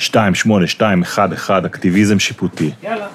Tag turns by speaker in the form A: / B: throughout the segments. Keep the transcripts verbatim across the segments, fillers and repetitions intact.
A: שתיים שמונה שתיים אחת אחת, אקטיביזם שיפוטי.
B: יאללה.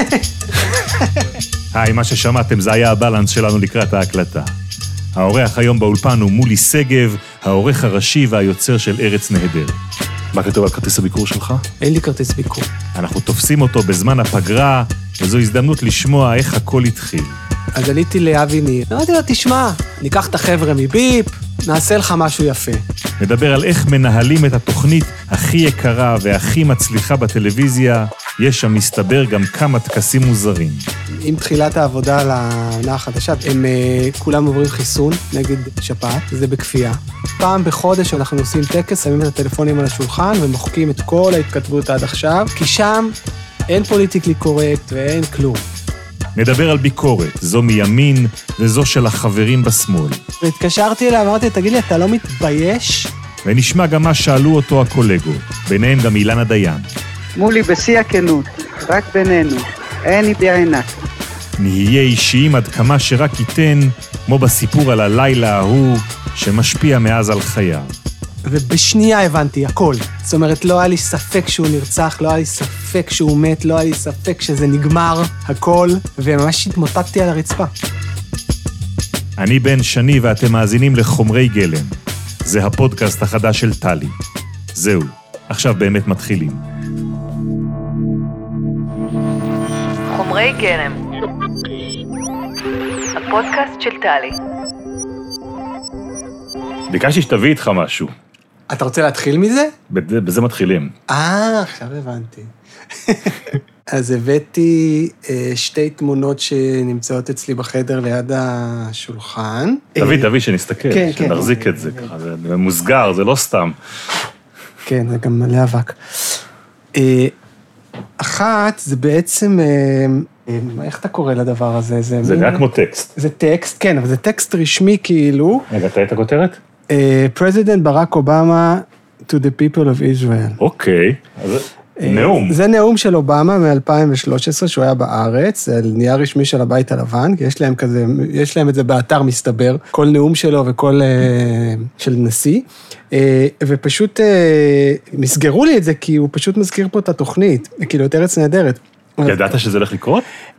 A: היי, מה ששמעתם זה היה הבלנס שלנו לקראת ההקלטה. האורח היום באולפן הוא מולי סגב, העורך הראשי והיוצר של ארץ נהדרת. מה כתוב על כרטיס הביקור שלך?
B: אין לי כרטיס ביקור.
A: אנחנו תופסים אותו בזמן הפגרה, וזו הזדמנות לשמוע איך הכל התחיל.
B: אז עליתי לאבי ניר. אמרתי לו, תשמע, ניקח את החבר'ה מביפ, נעשה לך משהו יפה.
A: נדבר על איך מנהלים את התוכנית הכי יקרה והכי מצליחה בטלוויזיה. יש שם מסתבר גם כמה טקסים מוזרים.
B: עם תחילת העבודה על העונה החדשה, הם uh, כולם עוברים חיסון נגד שפעת, זה בכפייה. פעם בחודש אנחנו עושים טקס, שמים את הטלפונים על השולחן ומוחקים את כל ההתכתבות עד עכשיו, כי שם אין פוליטיקלי קורקט ואין כלום.
A: נדבר על ביקורת, זו מימין וזו של החברים בשמאל.
B: והתקשרתי אליי, אמרתי, תגיד לי, אתה לא מתבייש?
A: ונשמע גם מה שאלו אותו הקולגות, ביניהם גם אילנה דיין.
C: מולי בשיא הכנות, רק בינינו, אין ידיעה עינת.
A: נהיה אישיים עד כמה שרק ייתן, כמו בסיפור על הלילה ההוא, שמשפיע מאז על חייו.
B: ובשנייה הבנתי הכל. זאת אומרת, לא היה לי ספק שהוא נרצח, לא היה לי ספק שהוא מת, לא היה לי ספק שזה נגמר, הכל, וממש התמוטטתי על הרצפה.
A: אני בן שני ואתם מאזינים לחומרי גלם. זה הפודקאסט החדש של טלי. זהו, עכשיו באמת מתחילים.
D: חומרי גלם. הפודקאסט של טלי.
A: ביקשתי שתביא איתך משהו.
B: אתה רוצה להתחיל מזה?
A: בזה, בזה מתחילים.
B: אה, עכשיו הבנתי. אז הבאתי שתי תמונות שנמצאות אצלי בחדר ליד השולחן.
A: תביא, תביא, שנסתכל,
B: כן,
A: שנחזיק
B: כן.
A: את זה ככה. זה מוסגר, זה לא סתם.
B: כן, זה גם מלא אבק. אחת, זה בעצם, איך אתה קורא לדבר הזה?
A: זה נראה כמו טקסט.
B: זה טקסט, כן, אבל זה טקסט רשמי כאילו.
A: רגע, אתה היית הכותרת?
B: President ברק אובמה to the people of Israel.
A: אוקיי, אז נאום.
B: זה נאום של אובמה מ-אלפיים ושלוש עשרה, שהוא היה בארץ, זה נהיה רשמי של הבית הלבן, כי יש להם כזה, יש להם את זה באתר מסתבר, כל נאום שלו וכל של נשיא, ופשוט מסגרו לי את זה, כי הוא פשוט מזכיר פה את התוכנית, כאילו את ארץ נהדרת.
A: ידעת שזה הולך לקרות?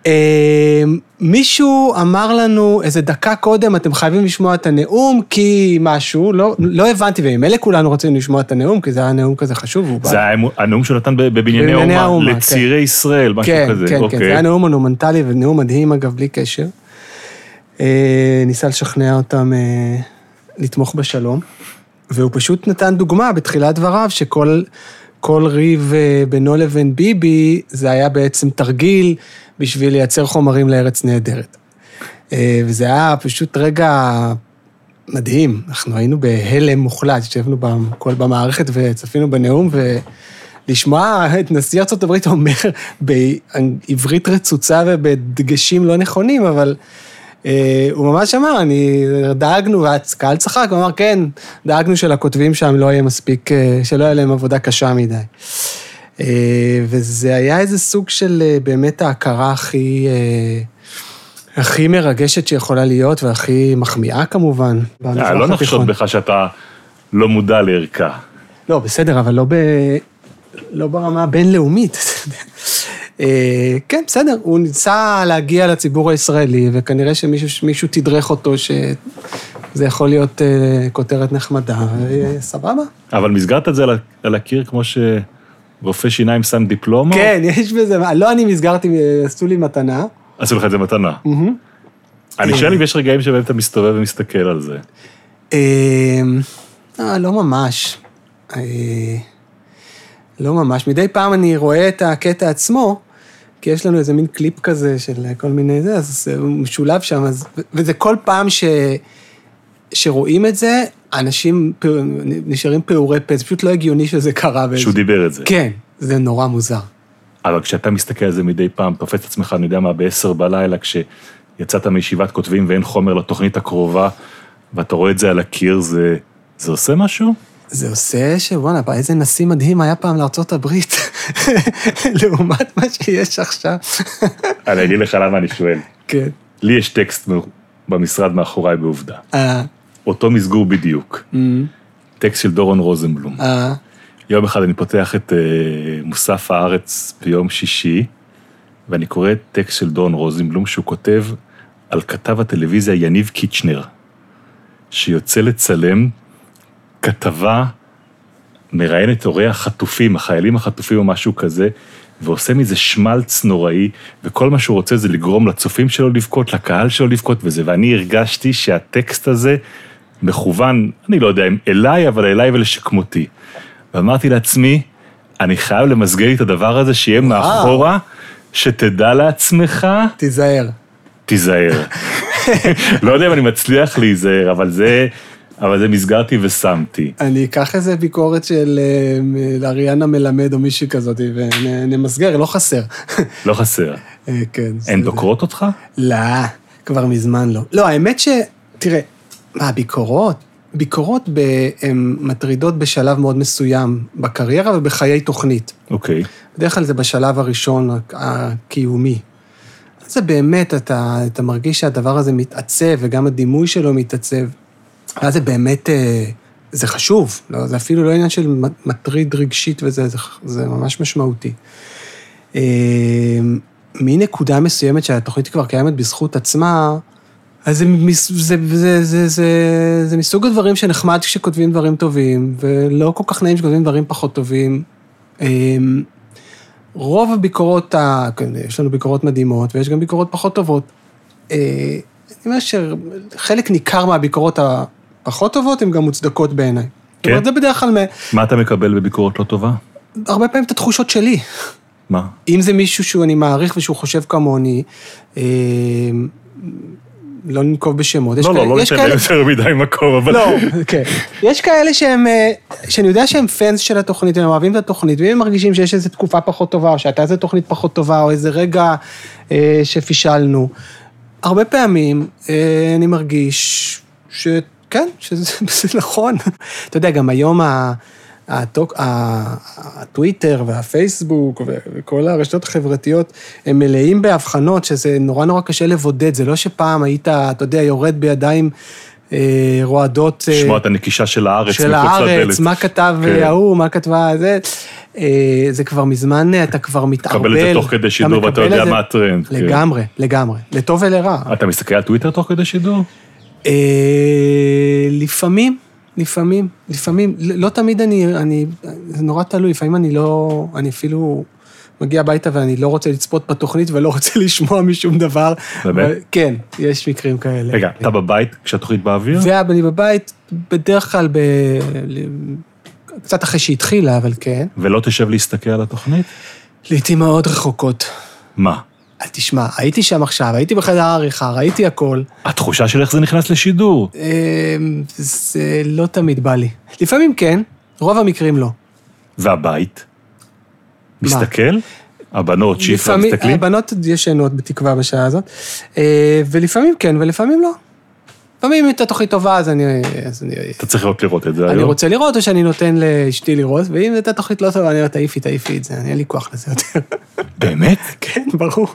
B: מישהו אמר לנו איזה דקה קודם, אתם חייבים לשמוע את הנאום, כי משהו, לא, לא הבנתי, וממילא כולנו רוצים לשמוע את הנאום, כי זה היה נאום כזה חשוב.
A: זה היה הנאום שהוא נתן בבנייני האומה, לצעירי ישראל, משהו כזה.
B: כן, כן, זה היה נאום מונומנטלי, ונאום מדהים אגב, בלי קשר. ניסה לשכנע אותם לתמוך בשלום, והוא פשוט נתן דוגמה בתחילת דבריו, שכל... כל ריב בינו לבין ביבי, זה היה בעצם תרגיל בשביל לייצר חומרים לארץ נהדרת. וזה היה פשוט רגע מדהים. אנחנו היינו בהלם מוחלט, ששבנו בכל במערכת וצפינו בנאום, ולשמוע את נשיא ארצות הברית אומר בעברית רצוצה ובדגשים לא נכונים, אבל... הוא ממש אמר, אני דאגנו, והקהל צחק, הוא אמר, כן, דאגנו של הכותבים שם לא יהיה מספיק, שלא יהיה להם עבודה קשה מדי. וזה היה איזה סוג של באמת ההכרה הכי, הכי מרגשת שיכולה להיות, והכי מחמיאה כמובן.
A: לא נחשוד בך שאתה לא מודע לערכה. לא,
B: בסדר, אבל לא, ב... לא ברמה הבינלאומית, אתה יודע. כן, בסדר, הוא ניסה להגיע לציבור הישראלי, וכנראה שמישהו תדרך אותו, שזה יכול להיות כותרת נחמדה, וסבבה.
A: אבל מסגרת את זה על הקיר, כמו שרופא שיניים שם דיפלומה?
B: כן, יש בזה, לא אני מסגרתי, עשו לי מתנה.
A: עשו לך את זה מתנה? אני שואל אם יש רגעים שבהם אתה מסתובב ומסתכל על זה.
B: לא ממש. לא ממש. מדי פעם אני רואה את הקטע עצמו, כי יש לנו איזה מין קליפ כזה של כל מיני זה, אז הוא משולב שם, אז, וזה כל פעם ש, שרואים את זה, אנשים נשארים פעורי פה, זה פשוט לא הגיוני שזה קרה.
A: שהוא דיבר את זה.
B: כן, זה נורא מוזר.
A: אבל כשאתה מסתכל על זה מדי פעם, תופס עצמך, אני יודע מה, בעשר בלילה, כשיצאת מישיבת כותבים ואין חומר לתוכנית הקרובה, ואתה רואה את זה על הקיר, זה, זה עושה משהו?
B: זה עושה שבואנה, איזה נשיא מדהים היה פעם לארצות הברית, לעומת מה שיש עכשיו.
A: אני אגיד לך למה אני שואל.
B: כן.
A: לי יש טקסט במשרד מאחוריי בעובדה.
B: אה.
A: אותו מסגור בדיוק. טקסט של דורון רוזנבלום.
B: אה.
A: יום אחד אני פותח את uh, מוסף הארץ ביום שישי, ואני קורא טקסט של דון רוזנבלום, שהוא כותב על כתב הטלוויזיה יניב קיצ'נר, שיוצא לצלם כתבה, מראיין את הורי החטופים, החיילים החטופים או משהו כזה, ועושה מזה שמלץ נוראי, וכל מה שהוא רוצה זה לגרום לצופים שלו לבכות, לקהל שלו לבכות וזה, ואני הרגשתי שהטקסט הזה מכוון, אני לא יודע אם אליי, אבל אליי ולשכמותי. ואמרתי לעצמי, אני חייב למסגר את הדבר הזה, שיהיה מאחורה, שתדע לעצמך.
B: תיזהר.
A: תיזהר. לא יודע אם אני מצליח להיזהר, אבל זה, אבל זה מסגרתי ושמתי.
B: אני אקח איזה ביקורת של אריאנה מלמד או מישהי כזאת, ונמסגר, לא חסר. לא
A: חסר.
B: כן.
A: הן דוקרות אותך?
B: לא, כבר מזמן לא. לא, האמת ש... תראה, מה, ביקורות? ביקורות הן מטרידות בשלב מאוד מסוים, בקריירה ובחיי תוכנית.
A: אוקיי.
B: בדרך כלל זה בשלב הראשון, הקיומי. זה באמת, אתה, אתה מרגיש שהדבר הזה מתעצב, וגם הדימוי שלו מתעצב. אז זה באמת, זה חשוב, לא, זה אפילו לא עניין של מטריד רגשית וזה, זה, זה ממש משמעותי. מנקודה מסוימת שהתוכנית כבר קיימת בזכות עצמה, אז זה, זה, זה, זה, זה, זה מסוג הדברים שנחמד כשכותבים דברים טובים, ולא כל כך נעים שכותבים דברים פחות טובים. רוב הביקורות, יש לנו ביקורות מדהימות, ויש גם ביקורות פחות טובות. אני אומר שחלק ניכר מהביקורות הפחות טובות, הן גם מוצדקות בעיניי.
A: כן?
B: זה בדרך כלל...
A: מה אתה מקבל בביקורות לא טובה?
B: הרבה פעמים את התחושות שלי.
A: מה?
B: אם זה מישהו שאני מעריך ושהוא חושב כמוני, לא ננקוב בשמות.
A: לא, לא, לא ניתן להם יותר מדי מקום, אבל...
B: לא, כן. יש כאלה שהם, שאני יודע שהם פנס של התוכנית, הם אוהבים את התוכנית, והם מרגישים שיש איזו תקופה פחות טובה, או שהייתה איזו תוכנית פחות טובה, או איזה רגע שפישלנו. הרבה פעמים אני מרגיש שכן, שזה נכון. אתה יודע, גם היום הטוויטר והפייסבוק וכל הרשתות החברתיות, הם מלאים בהבחנות, שזה נורא נורא קשה לבודד, זה לא שפעם היית, אתה יודע, יורד בידיים רועדות...
A: לשמוע את הנקישה של הארץ.
B: של הארץ, מה כתב ההוא, מה כתבה זה... זה כבר מזמן, אתה כבר מתערבל.
A: מקבל את זה תוך כדי שידור, ואתה יודע מה הטרנד.
B: לגמרי, לגמרי, לטוב ולרע.
A: אתה מסתכל על טוויטר תוך כדי שידור?
B: לפעמים, לפעמים, לפעמים, לא תמיד אני, אני, זה נורא תלוי, לפעמים אני לא, אני אפילו מגיע הביתה ואני לא רוצה לצפות בתוכנית ולא רוצה לשמוע משום דבר.
A: באמת?
B: כן, יש מקרים כאלה.
A: רגע, אתה בבית כשהתוכנית באוויר?
B: ואני בבית, בדרך כלל ב... קצת אחרי שהתחילה, אבל כן.
A: ולא תשב להסתכל על התוכנית?
B: לעתים מאוד רחוקות.
A: מה?
B: תשמע, הייתי שם עכשיו, הייתי בחדר העריכה, ראיתי הכל.
A: התחושה של איך זה נכנס לשידור?
B: זה לא תמיד בא לי. לפעמים כן, רוב המקרים לא.
A: והבית? מסתכל? הבנות שיפה מסתכלים?
B: הבנות ישנות בתקווה בשעה הזאת, ולפעמים כן ולפעמים לא. לפעמים אם אתה תוכנית טובה, אז אני...
A: אתה צריך לראות את זה היום?
B: אני רוצה לראות, או שאני נותן לאשתי לראות, ואם אתה תוכנית לא טובה, אני אומר, תעיפי, תעיפי את זה, אני אין לי כוח לזה יותר.
A: באמת?
B: כן, ברור.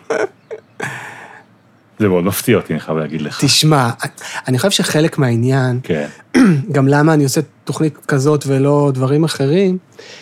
A: זה מאוד מפתיע אותי, אני חייב להגיד לך.
B: תשמע, אני חושב שחלק מהעניין, גם למה אני עושה תוכנית כזאת ולא דברים אחרים,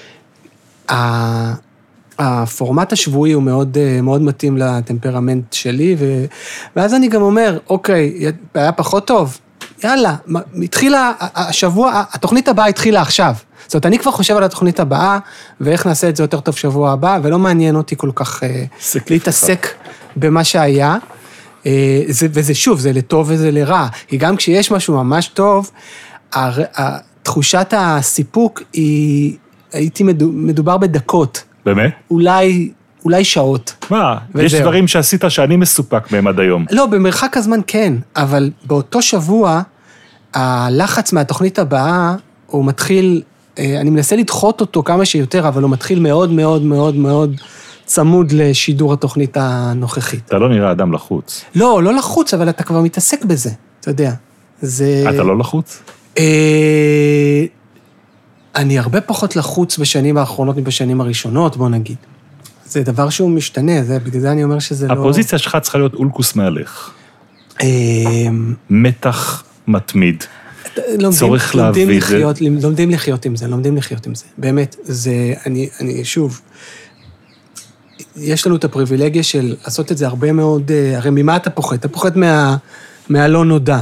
B: הפורמט השבועי הוא מאוד, מאוד מתאים לטמפרמנט שלי, ו... ואז אני גם אומר, אוקיי, היה פחות טוב, יאללה, התחילה, השבוע, התוכנית הבאה התחילה עכשיו. זאת אומרת, אני כבר חושב על התוכנית הבאה, ואיך נעשה את זה יותר טוב שבוע הבא, ולא מעניין אותי כל כך להתעסק במה שהיה, וזה שוב, זה לטוב וזה לרע, כי גם כשיש משהו ממש טוב, תחושת הסיפוק היא, הייתי מדובר בדקות,
A: באמת?
B: אולי, אולי שעות.
A: מה? יש דברים שעשית שאני מסופק מהם עד היום.
B: לא, במרחק הזמן כן, אבל באותו שבוע, הלחץ מהתוכנית הבאה, הוא מתחיל, אני מנסה לדחות אותו כמה שיותר, אבל הוא מתחיל מאוד מאוד מאוד מאוד צמוד לשידור התוכנית הנוכחית.
A: אתה לא נראה אדם לחוץ.
B: לא, לא לחוץ, אבל אתה כבר מתעסק בזה, אתה יודע. זה...
A: אתה לא לחוץ?
B: אני הרבה פחות לחוץ בשנים האחרונות מבשנים הראשונות, בוא נגיד. זה דבר שהוא משתנה, זה, בגלל זה אני אומר שזה לא...
A: הפוזיציה שלך צריכה להיות אולקוס מהלך. מתח מתמיד. צורך להביא.
B: לומדים לחיות עם זה, לומדים לחיות עם זה. באמת, זה, אני, אני שוב, יש לנו את הפריבילגיה של לעשות את זה הרבה מאוד, הרי ממה אתה פוחד? אתה פוחד מה, מהלא נודע.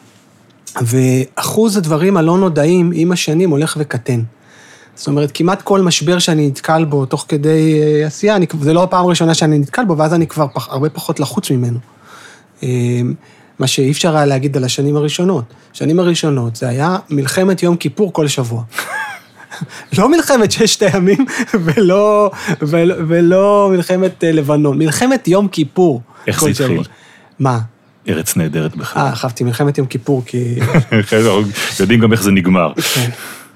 B: ואחוז הדברים הלא נודעים עם השנים הולך וקטן. זאת אומרת, כמעט כל משבר שאני נתקל בו תוך כדי עשייה, אני, זה לא הפעם הראשונה שאני נתקל בו, ואז אני כבר פח, הרבה פחות לחוץ ממנו. מה שאי אפשר היה להגיד על השנים הראשונות. השנים הראשונות זה היה מלחמת יום כיפור כל שבוע. לא מלחמת ששת הימים, ולא, ולא, ולא מלחמת לבנון, מלחמת יום כיפור.
A: איך זה התחיל?
B: מה?
A: ארץ נהדרת בכלל.
B: אה, חפתי, מלחמת יום כיפור, כי...
A: יודעים גם איך זה נגמר.
B: כן.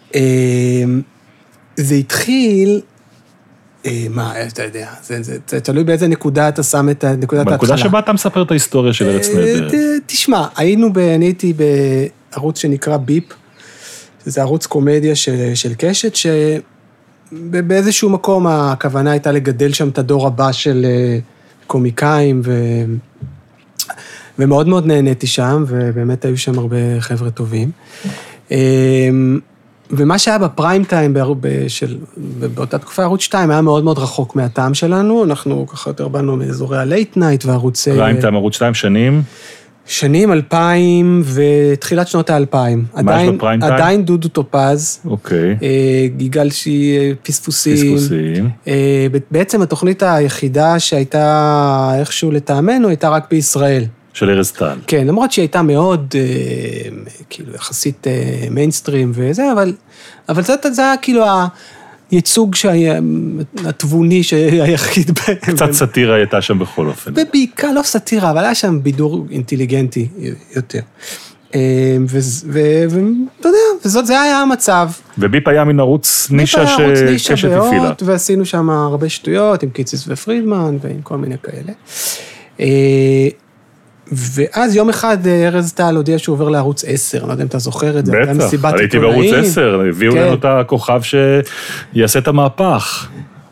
B: זה התחיל... מה, אתה יודע, זה תלוי באיזה נקודה אתה שם את נקודת ההתחלה.
A: בנקודה שבה אתה מספר את ההיסטוריה של ארץ נהדרת.
B: תשמע, היינו, אני הייתי בערוץ שנקרא ביפ, שזה ערוץ קומדיה של קשת, שבאיזשהו מקום הכוונה הייתה לגדל שם את הדור הבא של קומיקאים, ומאוד מאוד נהניתי שם, ובאמת היו שם הרבה חבר'ה טובים. ומה שהיה בפריים טיים, באותה תקופה, ערוץ שתיים, היה מאוד מאוד רחוק מהטעם שלנו, אנחנו ככה יותר באנו מאזורי הלייט נייט, והערוץ...
A: פריים טיים, ערוץ שתיים, שנים?
B: שנים אלפיים ותחילת שנות האלפיים.
A: מה יש בפריים טיים?
B: עדיין דודו טופז.
A: אוקיי.
B: גיגל שהיא פספוסים.
A: פספוסים.
B: בעצם התוכנית היחידה שהייתה איכשהו לטעמנו, הייתה רק בישראל.
A: של ארז טל.
B: כן, למרות שהיא הייתה מאוד, כאילו, יחסית מיינסטרים וזה, אבל, אבל זה, זה היה כאילו הייצוג התבוני היחיד.
A: קצת סטירה הייתה שם בכל אופן.
B: ובעיקר, לא סטירה, אבל היה שם בידור אינטליגנטי יותר. ואתה יודע, וזאת, זה היה המצב.
A: וביפ היה מן ערוץ נישה שקשת הפעילה.
B: ועשינו שם הרבה שטויות, עם קיציס ופרידמן, ועם כל מיני כאלה. ואז יום אחד ארז טל הודיע שהוא עובר לערוץ עשר, לא יודע אם אתה זוכר את זה.
A: בטח, הייתי בערוץ עשר, הביאו לנו את הכוכב שיעשה את המהפך.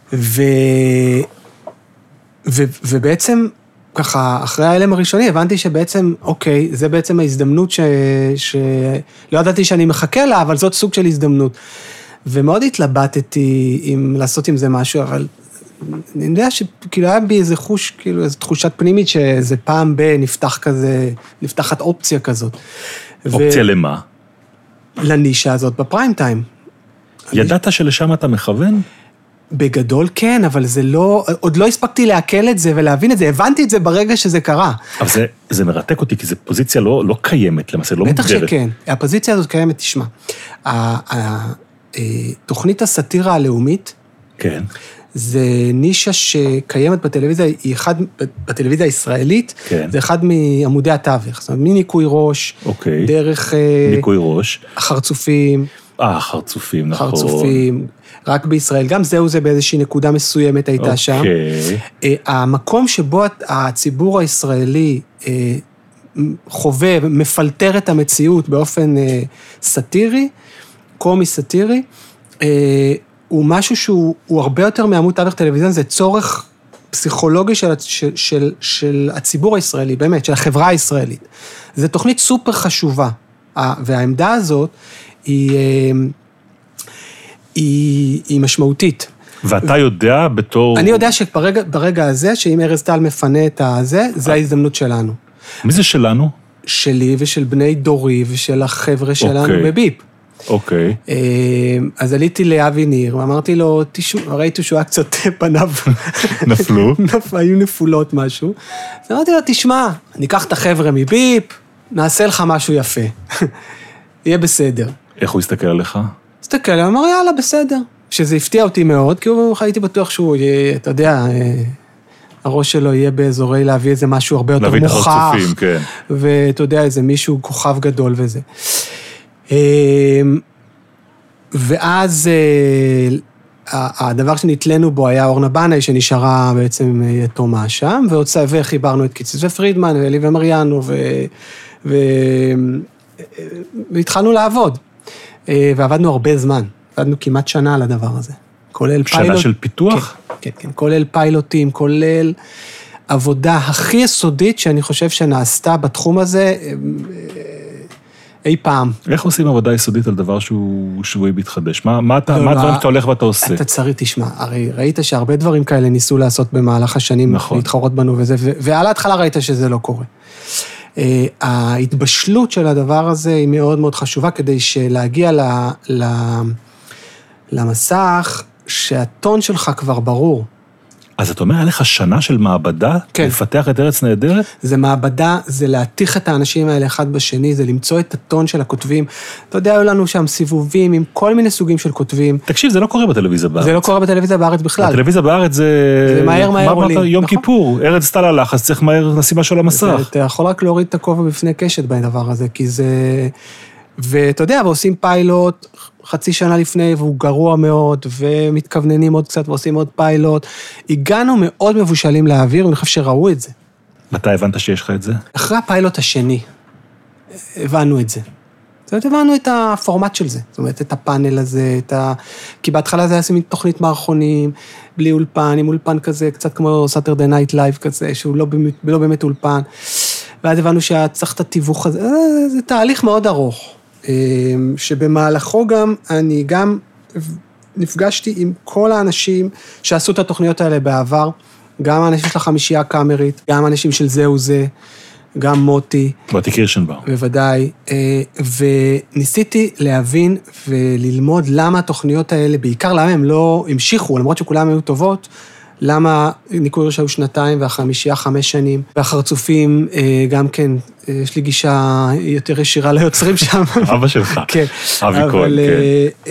B: ובעצם, ככה, אחרי האלם הראשוני, הבנתי שבעצם, אוקיי, זה בעצם ההזדמנות שלא ידעתי שאני מחכה לה, אבל זאת סוג של הזדמנות. ומאוד התלבטתי אם לעשות עם זה משהו, אבל... אני יודע שכאילו היה בי איזה חוש, כאילו איזו תחושת פנימית שאיזה פעם ב נפתח כזה, נפתחת אופציה כזאת.
A: אופציה למה?
B: לנישה הזאת בפריים טיים.
A: ידעת שלשם אתה מכוון?
B: בגדול כן, אבל זה לא, עוד לא הספקתי לעכל את זה ולהבין את זה, הבנתי את זה ברגע שזה קרה.
A: אבל זה, זה מרתק אותי, כי זו פוזיציה לא, לא קיימת, למעשה, לא מוגדרת.
B: בטח שכן, הפוזיציה הזאת קיימת, תשמע. תוכנית הסאטירה הלאומית,
A: כן.
B: זה נישה שקיימת בטלוויזיה, היא אחד, בטלוויזיה הישראלית,
A: כן.
B: זה אחד מעמודי התווך, זאת אומרת, מניקוי ראש,
A: אוקיי.
B: דרך...
A: ניקוי ראש.
B: החרצופים.
A: אה, החרצופים, נכון.
B: חרצופים, רק בישראל, גם זהו זה באיזושהי נקודה מסוימת הייתה שם.
A: אוקיי.
B: המקום שבו הציבור הישראלי חווה, מפלטר את המציאות באופן סאטירי, קומי סאטירי, הוא משהו שהוא הוא הרבה יותר מעמוד תווך טלוויזיון, זה צורך פסיכולוגי של, של, של, של הציבור הישראלי, באמת, של החברה הישראלית. זו תוכנית סופר חשובה, והעמדה הזאת היא, היא, היא משמעותית.
A: ואתה יודע בתור...
B: אני יודע שברגע ברגע הזה, שאם ארז טל מפנה את הזה, זה ההזדמנות שלנו.
A: מי זה שלנו?
B: שלי ושל בני דורי ושל החבר'ה שלנו
A: אוקיי.
B: בביפ.
A: אוקיי.
B: אז עליתי לאבי ניר, ואמרתי לו, תשמע, ראיתי שהוא היה קצת פניו.
A: נפלו?
B: היו נפולות משהו. אז אמרתי לו, תשמע, ניקח את החבר'ה מביפ, נעשה לך משהו יפה. יהיה בסדר.
A: איך הוא הסתכל עליך?
B: הסתכל, אמר, יאללה, בסדר. שזה הפתיע אותי מאוד, כי הוא הייתי בטוח שהוא יהיה, אתה יודע, הראש שלו יהיה באזורי להביא איזה משהו הרבה יותר מוכח.
A: להביא את החרצופים, כן.
B: ואתה יודע, איזה מישהו כוכב גדול וזה. ואז הדבר שנתלנו בו היה אורנה בנאי, שנשארה בעצם יתומה שם, וחיברנו את קיציס ופרידמן, ואלי ומריאנו, והתחלנו לעבוד. ועבדנו הרבה זמן, עבדנו כמעט שנה על הדבר הזה. כולל
A: שנה
B: פיילוט...
A: של פיתוח?
B: כן, כן, כן, כולל פיילוטים, כולל עבודה הכי יסודית שאני חושב שנעשתה בתחום הזה, אי פעם.
A: איך עושים עבודה יסודית על דבר שהוא שבועי מתחדש? מה, מה אתה,
B: לא,
A: מה
B: לא,
A: הדברים שאתה הולך ואתה עושה?
B: אתה צריך, תשמע, הרי ראית שהרבה דברים כאלה ניסו לעשות במהלך השנים,
A: נכון.
B: להתחרות בנו וזה, ועל ההתחלה ראית שזה לא קורה. ההתבשלות של הדבר הזה היא מאוד מאוד חשובה, כדי שלהגיע ל, ל, למסך, שהטון שלך כבר ברור.
A: אז אתה אומר, היה לך שנה של מעבדה?
B: כן.
A: לפתח את ארץ נהדרת?
B: זה מעבדה, זה להתיך את האנשים האלה אחד בשני, זה למצוא את הטון של הכותבים. אתה יודע, היו לנו שם סיבובים עם כל מיני סוגים של כותבים.
A: תקשיב, זה לא קורה בטלוויזיה בארץ.
B: זה לא קורה בטלוויזיה בארץ בכלל.
A: הטלוויזיה בארץ זה...
B: זה מהר מהר עולים.
A: יום
B: נכון.
A: כיפור, ארץ סטל הלחץ, צריך מהר לשים משהו על המסך.
B: אתה יכול רק להוריד את הכובע בפני קשת בדבר הזה, כי זה... ואתה יודע, ועושים פיילוט חצי שנה לפני, והוא גרוע מאוד, ומתכווננים עוד קצת, ועושים עוד פיילוט. הגענו מאוד מבושלים להעביר, ואני חושב שראו את זה.
A: מתי הבנת שיש לך את זה?
B: אחרי הפיילוט השני, הבנו את זה. זאת אומרת, הבנו את הפורמט של זה. זאת אומרת, את הפאנל הזה, את ה... כי בהתחלה זה היה עושים תוכנית מערכונים, בלי אולפן, עם אולפן כזה, קצת כמו Saturday Night Live כזה, שהוא לא באמת, לא באמת אולפן. ואז הבנו שצריך את התיווך הזה. זה תהליך מאוד ארוך. שבמהלכו גם, אני גם נפגשתי עם כל האנשים שעשו את התוכניות האלה בעבר, גם האנשים של החמישייה הקאמרית, גם האנשים של זהו זה, גם מוטי.
A: מוטי קירשנבאום.
B: בוודאי, וניסיתי להבין וללמוד למה התוכניות האלה, בעיקר למה הם לא המשיכו, למרות שכולם היו טובות, למה ניקוי ראש היו שנתיים והחמישייה חמש שנים, והחרצופים גם כן, יש לי גישה יותר ישירה ליוצרים שם.
A: אבא שלך.
B: כן.
A: אבי כהן, כן.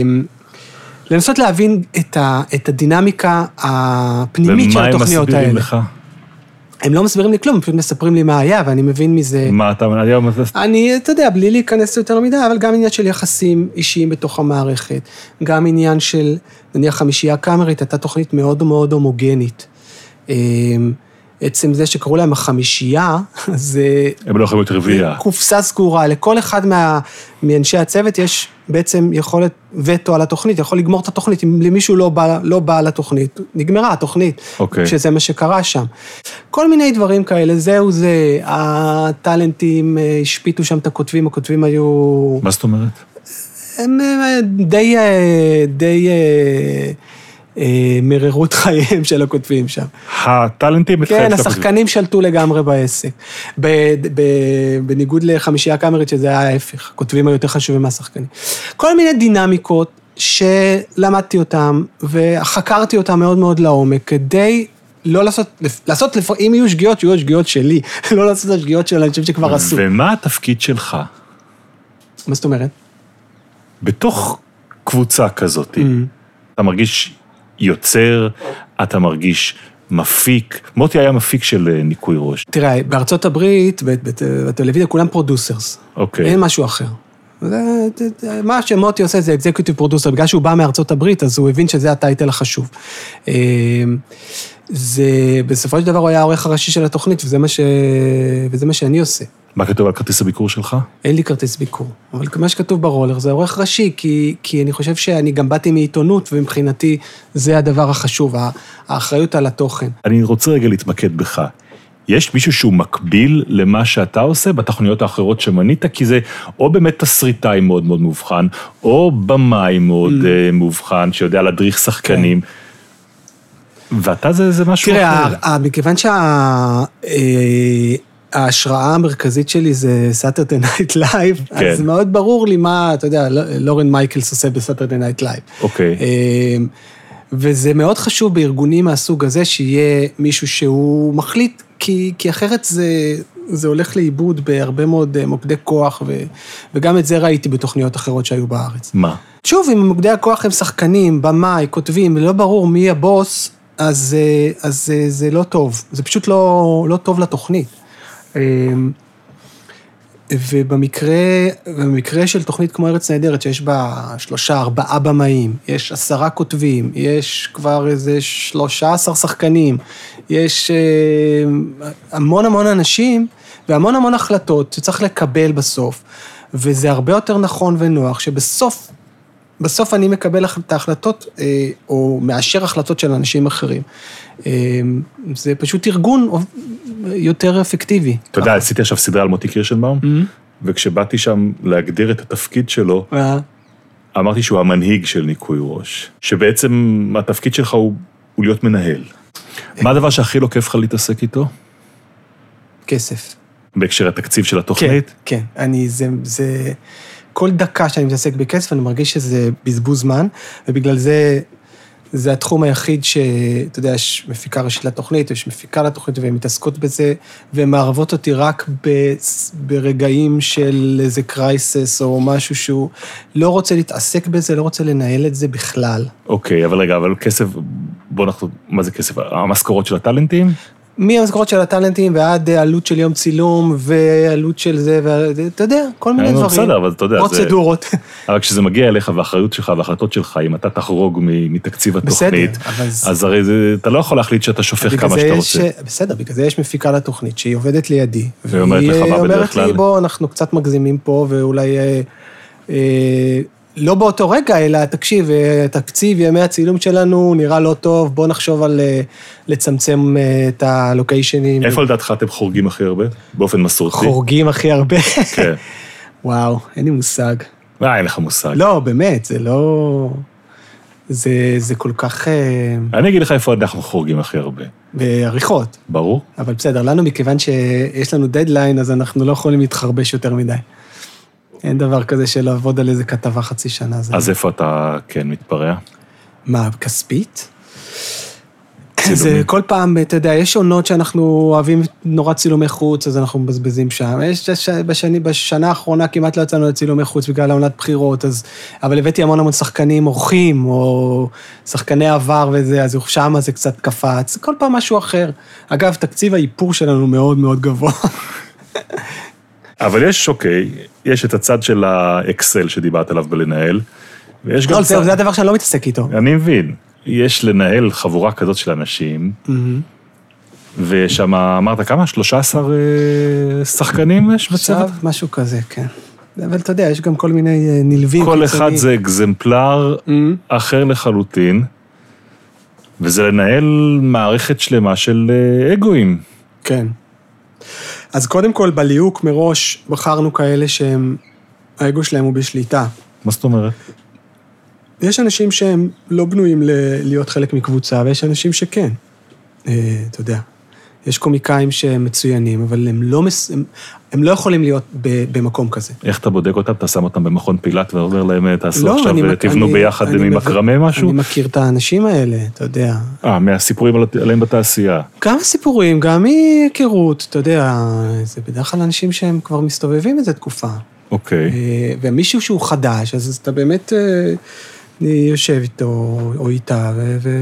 B: לנסות להבין את הדינמיקה הפנימית של התוכניות האלה.
A: ומה הם מסבירים לך?
B: הם לא מסבירים לי כלום, הם פשוט מספרים לי מה היה, ואני מבין מזה...
A: מה אתה...
B: אני, אתה יודע, בלי להיכנס יותר מדי, אבל גם עניין של יחסים אישיים בתוך המערכת, גם עניין של, נניח, חמישייה קאמרית, הייתה תוכנית מאוד מאוד הומוגנית. עצם זה שקראו להם החמישייה, זה...
A: הם לא יכולים להיות רביעייה.
B: קופסה סגורה, לכל אחד מה, מאנשי הצוות יש בעצם יכולת וטו על התוכנית, יכול לגמור את התוכנית, אם למישהו לא בא, לא בא על התוכנית, נגמרה התוכנית,
A: okay.
B: שזה מה שקרה שם. כל מיני דברים כאלה, זהו זה, הטלנטים השפיטו שם את הכותבים, הכותבים היו...
A: מה זאת אומרת?
B: הם די, די... מררות חייהם של הכותבים שם.
A: הטלנטים...
B: כן, השחקנים שלטו לגמרי בעסק. בניגוד לחמישייה קאמרית, שזה היה ההפך. הכותבים היו יותר חשובים מהשחקנים. כל מיני דינמיקות שלמדתי אותם, וחקרתי אותם מאוד מאוד לעומק, כדי לא לעשות, לעשות, אם יהיו שגיאות, יהיו שגיאות שלי, לא לעשות את השגיאות של אנשים שכבר עשו.
A: ומה התפקיד שלך?
B: מה זאת אומרת?
A: בתוך קבוצה כזאת, אתה מרגיש יוצר, אתה מרגיש מפיק. מוטי היה מפיק של ניקוי ראש.
B: תראה, בארצות הברית, בטלוויזיה, כולם פרודוסרס.
A: אוקיי.
B: אין משהו אחר. מה שמוטי עושה זה אקזקיוטיב פרודוסר, בגלל שהוא בא מארצות הברית, אז הוא הבין שזה הטייטל החשוב. זה, בסופו של דבר הוא היה העורך הראשי של התוכנית, וזה מה ש... וזה מה שאני עושה.
A: מה כתוב על כרטיס הביקור שלך?
B: אין לי כרטיס ביקור, אבל מה שכתוב ברולר זה עורך ראשי, כי, כי אני חושב שאני גם באתי מעיתונות, ומבחינתי זה הדבר החשוב, האחריות על התוכן.
A: אני רוצה רגע להתמקד בך. יש מישהו שהוא מקביל למה שאתה עושה בתוכניות האחרות שמנית, כי זה או באמת תסריטאי מאוד מאוד מובחן, או במאי מאוד mm. מובחן, שיודע להדריך שחקנים. כן. ואתה זה, זה משהו
B: תראה,
A: אחר.
B: תראה, מכיוון שההשראה המרכזית שלי זה Saturday Night Live, כן. אז מאוד ברור לי מה, אתה יודע, לורן מייקלס עושה ב-Saturday Night Live.
A: אוקיי.
B: וזה מאוד חשוב בארגונים מהסוג הזה, שיהיה מישהו שהוא מחליט, כי, כי אחרת זה, זה הולך לאיבוד בהרבה מאוד מוקדי כוח, ו, וגם את זה ראיתי בתוכניות אחרות שהיו בארץ.
A: מה?
B: שוב, אם מוקדי הכוח הם שחקנים, במאי, כותבים, ולא ברור מי הבוס, אז, אז זה, זה לא טוב. זה פשוט לא, לא טוב לתוכנית. ובמקרה, במקרה של תוכנית כמו ארץ נהדרת, שיש בה שלושה, ארבעה במאים, יש עשרה כותבים, יש כבר איזה שלושה עשר שחקנים, יש המון המון אנשים, והמון המון החלטות שצריך לקבל בסוף, וזה הרבה יותר נכון ונוח, שבסוף, בסוף אני מקבל את ההחלטות, או מאשר החלטות של אנשים אחרים. זה פשוט ארגון יותר אפקטיבי.
A: אתה יודע, עשיתי עכשיו סדרה על מוטי קירשנבאום, וכשבאתי שם להגדיר את התפקיד שלו,
B: אה?
A: אמרתי שהוא המנהיג של ניקוי ראש, שבעצם התפקיד שלך הוא, הוא להיות מנהל. מה הדבר שהכי לא כיף לך להתעסק איתו?
B: כסף.
A: בהקשר התקציב של התוכנית?
B: כן, כן. אני, זה, זה, כל דקה שאני מתעסק בכסף, אני מרגיש שזה בזבוז זמן, ובגלל זה, זה התחום היחיד שאתה יודע, יש מפיקה ראשית לתוכנית, יש מפיקה לתוכנית, והן מתעסקות בזה, והן מערבות אותי רק ב, ברגעים של איזה קרייסס, או משהו שהוא לא רוצה להתעסק בזה, לא רוצה לנהל את זה בכלל.
A: אוקיי, אבל רגע, אבל כסף, בוא נחזור, מה זה כסף? המשכורות של הטלנטים?
B: מהמשכורות של הטלנטים ועד עלות של יום צילום ועלות של זה, ואתה יודע, כל מיני דברים.
A: בסדר, אבל אתה יודע.
B: פרוצדורות.
A: אבל כשזה מגיע אליך והאחריות שלך וההחלטות שלך, אם אתה תחרוג מתקציב התוכנית, אז הרי אתה לא יכול להחליט שאתה שופך כמה שאתה רוצה.
B: בסדר, בגלל זה יש מפיקה לתוכנית שהיא עובדת לידי.
A: והיא אומרת לך מה בדרך כלל?
B: לי, בוא, אנחנו קצת מגזימים פה, ואולי לא באותו רגע, אלא תקשיב, התקציב, ימי הצילום שלנו נראה לא טוב, בוא נחשוב על לצמצם את הלוקיישנים.
A: איפה לדעתך אתם חורגים הכי הרבה? באופן מסורתי?
B: חורגים הכי הרבה?
A: כן.
B: וואו, אין לי מושג.
A: אה, אין לך מושג.
B: לא, באמת, זה לא... זה, זה כל כך...
A: אני אגיד לך איפה אנחנו חורגים הכי הרבה.
B: בעריכות.
A: ברור.
B: אבל בסדר, לנו מכיוון שיש לנו דדליין, אז אנחנו לא יכולים להתחרבש יותר מדי. אין דבר כזה של לעבוד על איזה כתבה חצי שנה.
A: אז איפה אתה כן מתפרע?
B: מה, כספית? זה כל פעם, אתה יודע, יש עונות שאנחנו אוהבים נורא צילומי חוץ, אז אנחנו מבזבזים שם. יש בשני, בשנה האחרונה כמעט לא יצאנו לצילומי חוץ בגלל העונת בחירות, אז, אבל הבאתי המון המון שחקנים אורחים, או שחקני עבר וזה, אז שם זה קצת קפץ, כל פעם משהו אחר. אגב, תקציב האיפור שלנו מאוד מאוד גבוה.
A: אבל יש, אוקיי, יש את הצד של האקסל שדיברת עליו בלנהל, ויש גם...
B: לא, זה, זה הדבר שאני לא מתעסק איתו.
A: אני מבין. יש לנהל חבורה כזאת של אנשים, ושם אמרת כמה? שלושה עשר שחקנים יש בצוות?
B: משהו כזה, כן. אבל אתה יודע, יש גם כל מיני נלווים.
A: כל אחד זה אקזמפלר אחר לחלוטין, וזה לנהל מערכת שלמה של אגואים.
B: כן. אז קודם כל, בליהוק מראש בחרנו כאלה שהם, האגו שלהם הוא בשליטה.
A: מה זאת אומרת?
B: יש אנשים שהם לא בנויים להיות חלק מקבוצה, ויש אנשים שכן. אתה יודע, יש קומיקאים שהם מצוינים, אבל הם לא, הם, הם לא יכולים להיות במקום כזה.
A: איך אתה בודק אותם? אתה שם אותם במכון פילת ואומר להם, תעשו
B: לא,
A: עכשיו ותבנו
B: אני,
A: ביחד
B: אני
A: ממקרמה משהו?
B: אני מכיר את האנשים האלה, אתה יודע.
A: אה, מהסיפורים עליהם בתעשייה.
B: גם סיפורים, גם מהיכרות, אתה יודע, זה בדרך כלל אנשים שהם כבר מסתובבים איזו תקופה.
A: אוקיי.
B: ומישהו שהוא חדש, אז אתה באמת... אני יושב איתו או איתה,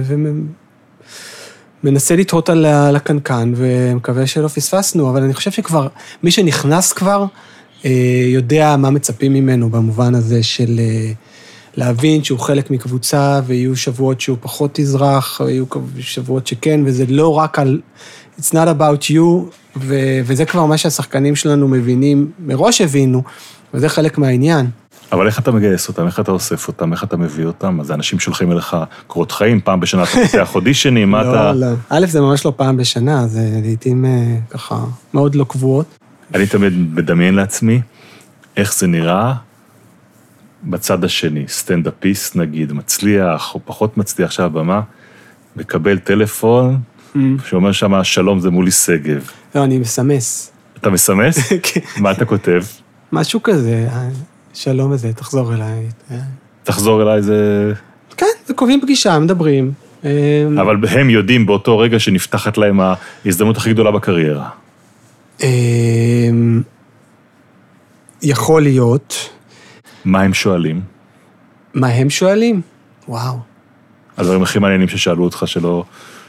B: ומנסה לתהות על הקנקן, ומקווה שלא פספסנו, אבל אני חושב שכבר, מי שנכנס כבר, יודע מה מצפים ממנו, במובן הזה של להבין שהוא חלק מקבוצה, ויהיו שבועות שהוא פחות תזרח, ויהיו שבועות שכן, וזה לא רק על, it's not about you, וזה כבר מה שהשחקנים שלנו מבינים, מראש הבינו, וזה חלק מהעניין.
A: אבל איך אתה מגייס אותם, איך אתה אוסף אותם, איך אתה מביא אותם? אז האנשים שולחים אליך קורות חיים, פעם בשנה אתה פותח אודישנים, מה אתה...
B: לא, לא. א', זה ממש לא פעם בשנה, זה לעתים ככה מאוד לא קבועות.
A: אני תמיד מדמיין לעצמי איך זה נראה בצד השני, סטנדאפיסט נגיד, מצליח או פחות מצליח עכשיו במה, מקבל טלפון שאומר שמה שלום זה מולי סגב.
B: לא, אני מסמס.
A: אתה מסמס? מה אתה כותב?
B: משהו כזה, שלום וזה, תחזור אליי.
A: תחזור אליי זה...
B: כן, קובעים פגישה, מדברים.
A: אבל הם יודעים באותו רגע שנפתחת להם ההזדמנות הכי גדולה בקריירה.
B: יכול להיות.
A: מה הם שואלים?
B: מה הם שואלים? וואו.
A: הדברים הכי מעניינים ששאלו אותך שלא...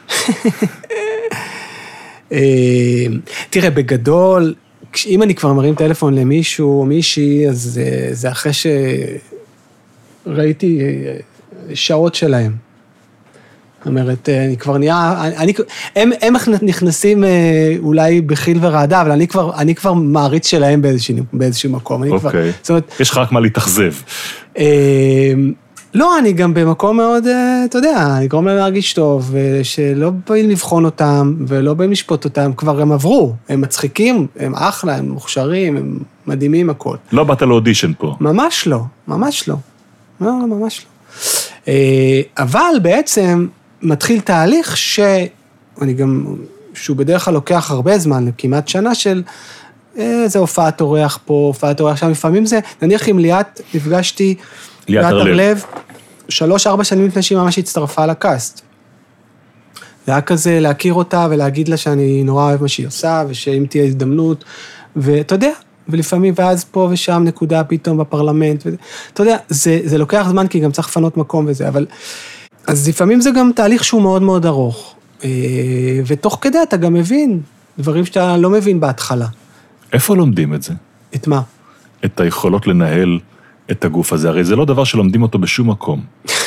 B: תראה, בגדול... אם אני כבר מרים טלפון למישהו או מישהי, אז זה, זה אחרי שראיתי שעות שלהם. זאת אומרת, אני כבר נהיה, אני, הם, הם נכנסים אולי בחיל ורעדה, אבל אני כבר, אני כבר מעריץ שלהם באיזשהו, באיזשהו מקום. אני
A: אוקיי.
B: כבר, זאת אומרת,
A: יש לך רק מה להתאכזב.
B: לא, אני גם במקום מאוד, אתה יודע, אני גורם להם להרגיש טוב, שלא באים לבחון אותם, ולא באים לשפוט אותם, כבר הם עברו, הם מצחיקים, הם אחלה, הם מוכשרים, הם מדהימים הכל.
A: לא באת לאודישן פה.
B: ממש לא, ממש לא. לא, לא, ממש לא. אבל בעצם מתחיל תהליך ש... אני גם, שהוא בדרך כלל לוקח הרבה זמן, כמעט שנה של, איזה הופעת אורח פה, הופעת אורח שם, לפעמים זה, נניח עם ליאת, נפגשתי, ליאת הרלב, שלוש, ארבע שנים לפני שהיא ממש הצטרפה לקאסט. זה היה כזה להכיר אותה ולהגיד לה שאני נורא אוהב מה שהיא עושה, ושאם תהיה הזדמנות, ואתה יודע, ולפעמים ואז פה ושם נקודה פתאום בפרלמנט, אתה יודע, זה, זה לוקח זמן כי גם צריך לפנות מקום וזה, אבל, אז לפעמים זה גם תהליך שהוא מאוד מאוד ארוך, ותוך כדי אתה גם מבין דברים שאתה לא מבין בהתחלה.
A: איפה לומדים את זה?
B: את מה?
A: את היכולות לנהל את הגוף הזה, הרי זה לא דבר שלומדים אותו בשום מקום.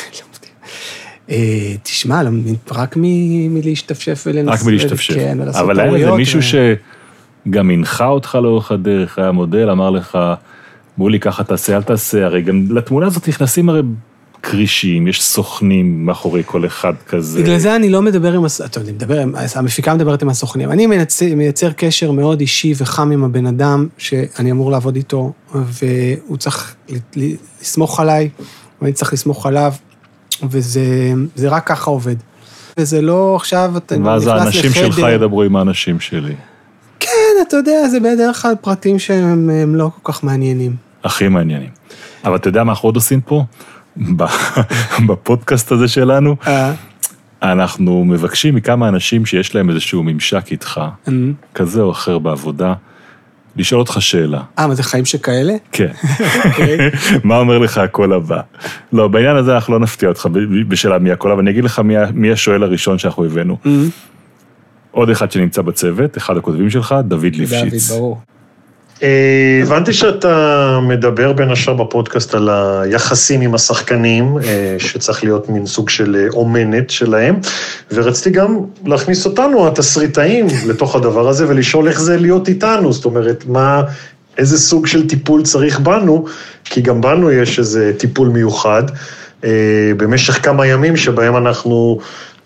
B: תשמע, רק מלהשתפשף ולנסות.
A: רק מלהשתפשף. אבל היה איזה מישהו שגם הנחה אותך לאורך הדרך, היה מודל, אמר לך, בולי, ככה תעשה, אל תעשה, הרי גם לתמונה הזאת נכנסים הרי קרישים, יש סוכנים מאחורי כל אחד כזה.
B: בגלל זה אני לא מדבר עם, אתה יודע, מדבר, המפיקה מדברת עם הסוכנים. אני מייצר, מייצר קשר מאוד אישי וחם עם הבן אדם, שאני אמור לעבוד איתו, והוא צריך לסמוך עליי, ואני צריך לסמוך עליו, וזה זה רק ככה עובד. וזה לא עכשיו, אתה נכנס לחדר. ואז
A: האנשים שלך ידברו עם האנשים שלי.
B: כן, אתה יודע, זה בדרך כלל פרטים שהם לא כל כך מעניינים.
A: הכי מעניינים. אבל אתה יודע מה אנחנו עוד עושים פה? בפודקאסט הזה שלנו, אנחנו מבקשים מכמה אנשים שיש להם איזשהו ממשק איתך, כזה או אחר בעבודה, לשאול אותך שאלה.
B: אה, מה זה חיים שכאלה?
A: כן. מה אומר לך הקול הבא? לא, בעניין הזה אנחנו לא נפתיע אותך בשאלה מי הקול, אבל אני אגיד לך מי השואל הראשון שאנחנו הבאנו. עוד אחד שנמצא בצוות, אחד הכותבים שלך, דוד ליפשיץ.
B: דוד, ברור.
E: הבנתי שאתה מדבר בין השאר בפודקאסט על היחסים עם השחקנים, שצריך להיות מין סוג של אומנת שלהם, ורציתי גם להכניס אותנו, התסריטאים, לתוך הדבר הזה, ולשאול איך זה להיות איתנו, זאת אומרת, מה, איזה סוג של טיפול צריך בנו, כי גם בנו יש איזה טיפול מיוחד, במשך כמה ימים שבהם אנחנו...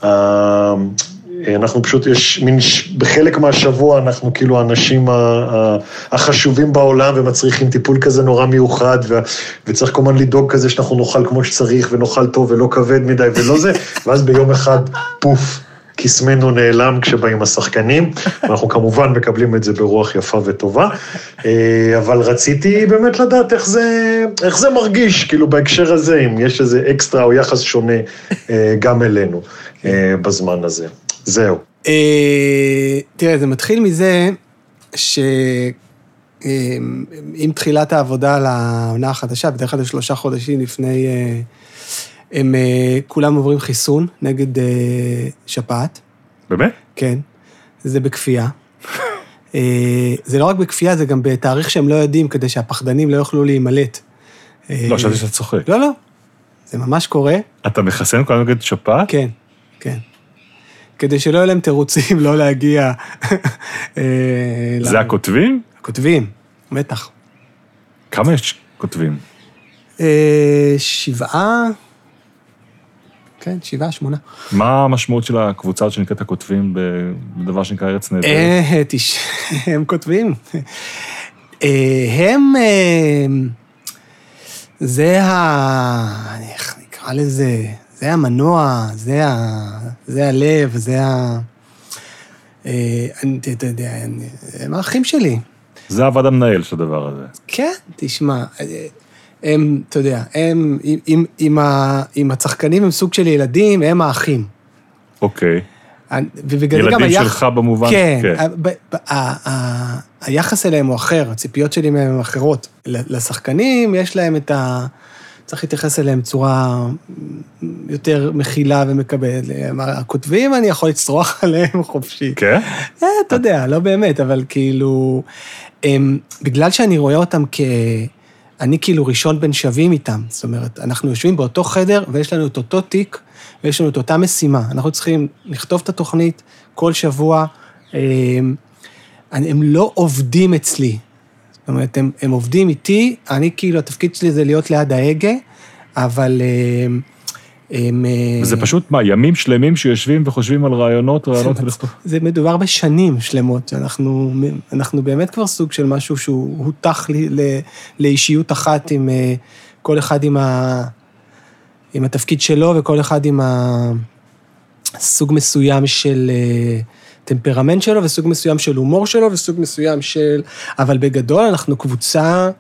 E: אנחנו פשוט, יש מין, בחלק מהשבוע אנחנו כאילו האנשים החשובים בעולם ומצריכים טיפול כזה נורא מיוחד, וצריך כמובן לדאוג כזה שאנחנו נאכל כמו שצריך ונאכל טוב ולא כבד מדי ולא זה, ואז ביום אחד פוף, קסמנו נעלם כשבאים השחקנים, ואנחנו כמובן מקבלים את זה ברוח יפה וטובה, אבל רציתי באמת לדעת איך זה, איך זה מרגיש, כאילו בהקשר הזה, אם יש איזה אקסטרה או יחס שונה גם אלינו בזמן הזה. זהו.
B: תראה, זה מתחיל מזה שעם תחילת העבודה על העונה החדשה, בדרך כלל שלושה חודשים לפני, הם כולם עוברים חיסון נגד שפעת.
A: באמת?
B: כן. זה בכפייה. זה לא רק בכפייה, זה גם בתאריך שהם לא יודעים, כדי שהפחדנים לא יוכלו להימלט.
A: לא, שאתה שאתה צוחק.
B: לא, לא. זה ממש קורה.
A: אתה מחסן כולם נגד שפעת?
B: כן, כן. כדי שלא יהיו להם תירוצים לא להגיע...
A: זה הכותבים?
B: הכותבים, בטח.
A: כמה יש כותבים?
B: שבעה, כן, שבעה, שמונה.
A: מה המשמעות של הקבוצה שנקראת הכותבים בדבר שנקרא ארץ נהדרת?
B: הם כותבים. הם... זה ה... איך נקרא לזה... זה המנוע, זה, ה, זה הלב, זה ה... אני, אתה יודע, הם האחים שלי.
A: זה עבד המנהל של הדבר הזה.
B: כן, תשמע, הם, אתה יודע, הם, עם, עם, ה, עם הצחקנים הם סוג של ילדים, הם האחים.
A: אוקיי.
B: ילדים
A: היח... שלך במובן?
B: כן, כן. ב, ב, ה, ה, היחס אליהם הוא אחר, הציפיות שלי מהם הם אחרות. לשחקנים יש להם את ה... צריך להתייחס אליהם בצורה יותר מכילה ומקבלת. הכותבים, אני יכול לצרוח עליהם חופשי.
A: כן?
B: אתה יודע, לא באמת, אבל כאילו, בגלל שאני רואה אותם כ... אני כאילו ראשון בין שווים איתם, זאת אומרת, אנחנו יושבים באותו חדר, ויש לנו את אותו תיק, ויש לנו את אותה משימה. אנחנו צריכים לכתוב את התוכנית כל שבוע, הם לא עובדים אצלי, זאת אומרת, הם, הם עובדים איתי, אני כאילו, התפקיד שלי זה להיות ליד ההגה, אבל... הם,
A: וזה פשוט מה, ימים שלמים שיושבים וחושבים על רעיונות, רעיונות ולכתוב.
B: זה מדובר בשנים שלמות, אנחנו, אנחנו באמת כבר סוג של משהו שהוא הותח לאישיות אחת, עם כל אחד עם, ה, עם התפקיד שלו, וכל אחד עם הסוג מסוים של טמפרמנט שלו, וסוג מסוים של הומור שלו, וסוג מסוים של... אבל בגדול אנחנו קבוצה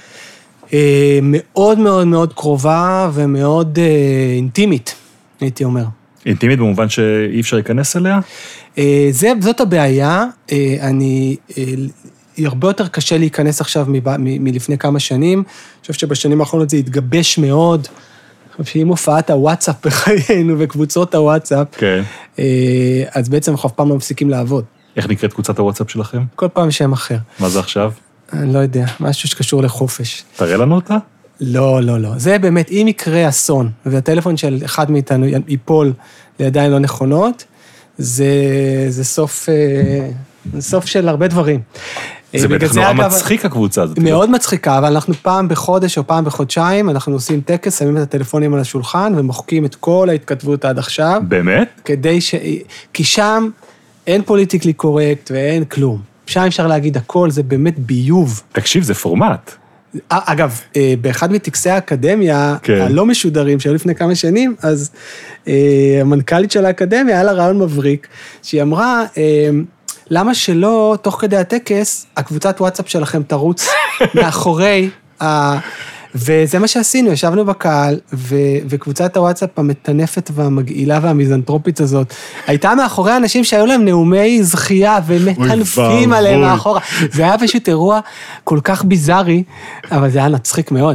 B: מאוד מאוד מאוד קרובה, ומאוד אינטימית, הייתי אומר.
A: אינטימית במובן שאי אפשר להיכנס אליה?
B: זה, זאת הבעיה, אני... היא הרבה יותר קשה להיכנס עכשיו מ- מלפני כמה שנים, אני חושב שבשנים האחרונות זה התגבש מאוד, עם הופעת הוואטסאפ בחיינו וקבוצות הוואטסאפ,
A: כן.
B: אז בעצם אנחנו אף פעם לא מפסיקים לעבוד.
A: איך נקראת קבוצת הוואטסאפ שלכם?
B: כל פעם שם אחר.
A: מה זה עכשיו?
B: אני לא יודע, משהו שקשור לחופש.
A: תראה לנו אותה?
B: לא, לא, לא. זה באמת, אם יקרה אסון, והטלפון של אחד מאיתנו ייפול לידיים לא נכונות, זה, זה סוף, זה סוף של הרבה דברים.
A: זה בטח נורא מצחיק הקבוצה הזאת.
B: מאוד מצחיקה, אבל אנחנו פעם בחודש או פעם בחודשיים, אנחנו עושים טקס, שמים את הטלפונים על השולחן, ומוחקים את כל ההתכתבות עד עכשיו.
A: באמת?
B: כדי ש... כי שם אין פוליטיקלי קורקט ואין כלום. שם אפשר להגיד הכל, זה באמת ביוב.
A: תקשיב, זה פורמט.
B: אגב, באחד מטקסי האקדמיה,
A: כן.
B: הלא משודרים, שהיו לפני כמה שנים, אז המנכ"לית של האקדמיה, היה לה רעיון מבריק, שהיא אמרה, למה שלא, תוך כדי הטקס, הקבוצת וואטסאפ שלכם תרוץ מאחורי, ה... וזה מה שעשינו, ישבנו בקהל, ו... וקבוצת הוואטסאפ המטנפת והמגעילה והמיזנטרופית הזאת, הייתה מאחורי אנשים שהיו להם נאומי זכייה, ומטנפים עליהם מאחורה. זה היה פשוט אירוע כל כך ביזרי, אבל זה היה נצחיק מאוד.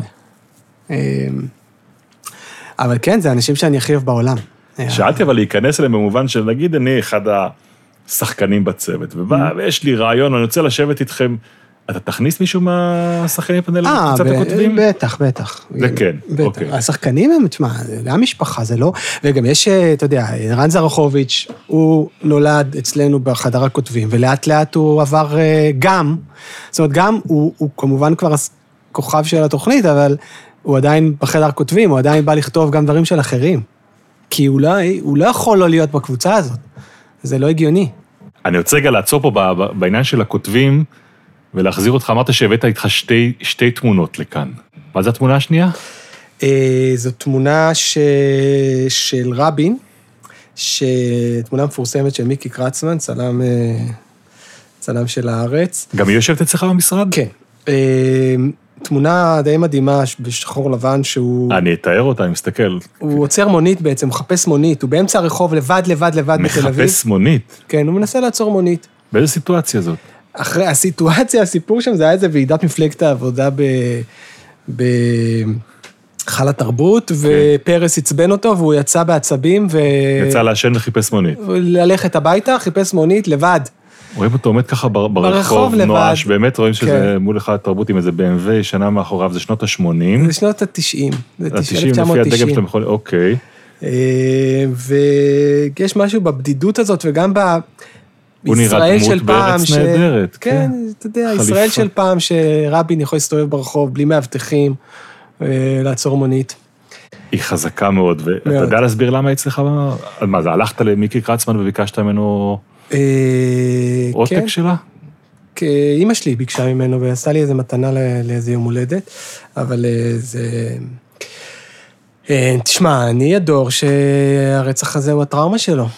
B: אבל כן, זה אנשים שאני הכי אוהב בעולם.
A: שאלתי אבל להיכנס אליהם במובן של, נגיד, אני אחד השחקנים בצוות, ויש לי רעיון, אני רוצה לשבת איתכם, אתה תכניס מישהו מהשחקנים פאנל לקבוצת הכותבים?
B: בטח, בטח.
A: זה כן, אוקיי.
B: השחקנים הם, תשמע, זה היה משפחה, זה לא... וגם יש, אתה יודע, רן זרחוביץ', הוא נולד אצלנו בחדר הכותבים, ולאט לאט הוא עבר גם, זאת אומרת, גם הוא, הוא כמובן כבר הכוכב של התוכנית, אבל הוא עדיין בחדר הכותבים, הוא עדיין בא לכתוב גם דברים של אחרים. כי הוא לא, הוא לא יכול לא להיות בקבוצה הזאת. זה לא הגיוני.
A: אני רוצה רגע לעצור פה בעניין של הכותבים, ולהחזיר אותך, אמרת שהבאת איתך שתי, שתי תמונות לכאן. מה זה התמונה השנייה?
B: זו תמונה ש... של רבין, שתמונה מפורסמת של מיקי קרצמן, צלם, צלם של הארץ.
A: גם היא יושבת אצלך במשרד?
B: כן. תמונה די מדהימה בשחור לבן שהוא...
A: אני אתאר אותה, אני מסתכל.
B: הוא עוצר מונית בעצם, הוא מחפש מונית, הוא באמצע הרחוב לבד, לבד, לבד בתל אביב.
A: מחפש מונית?
B: כן, הוא מנסה לעצור מונית.
A: באיזו סיטואציה זאת?
B: אחרי הסיטואציה, הסיפור שם, זה היה איזה ועידת מפלגת העבודה בחל התרבות, ופרס הצבן אותו, והוא יצא בעצבים, ו...
A: יצא לעשן וחיפש מונית.
B: ללכת הביתה, חיפש מונית, לבד.
A: רואים אותו עומד ככה ברחוב נואש, באמת רואים שזה מול אחד התרבות עם איזה בי אם ווי, שנה מאחוריו, זה שנות ה-שמונים.
B: זה שנות ה-תשעים.
A: זה ה-תשעים, לפי הדגם שאתה יכול... אוקיי.
B: ויש משהו בבדידות הזאת, וגם ב...
A: הוא נראה דמות בארץ נהדרת.
B: כן, אתה יודע, ישראל של פעם שרבין יכול להסתובב ברחוב, בלי מאבטחים, לעצור מונית.
A: היא חזקה מאוד, ואתה יודע להסביר למה אצלך? מה זה, הלכת למיקי קרצמן וביקשת ממנו עותק שלה?
B: אמא שלי ביקשה ממנו, ועשתה לי איזו מתנה לאיזה יום הולדת, אבל זה... תשמע, אני הדור שהרצח הזה הוא הטראומה שלו.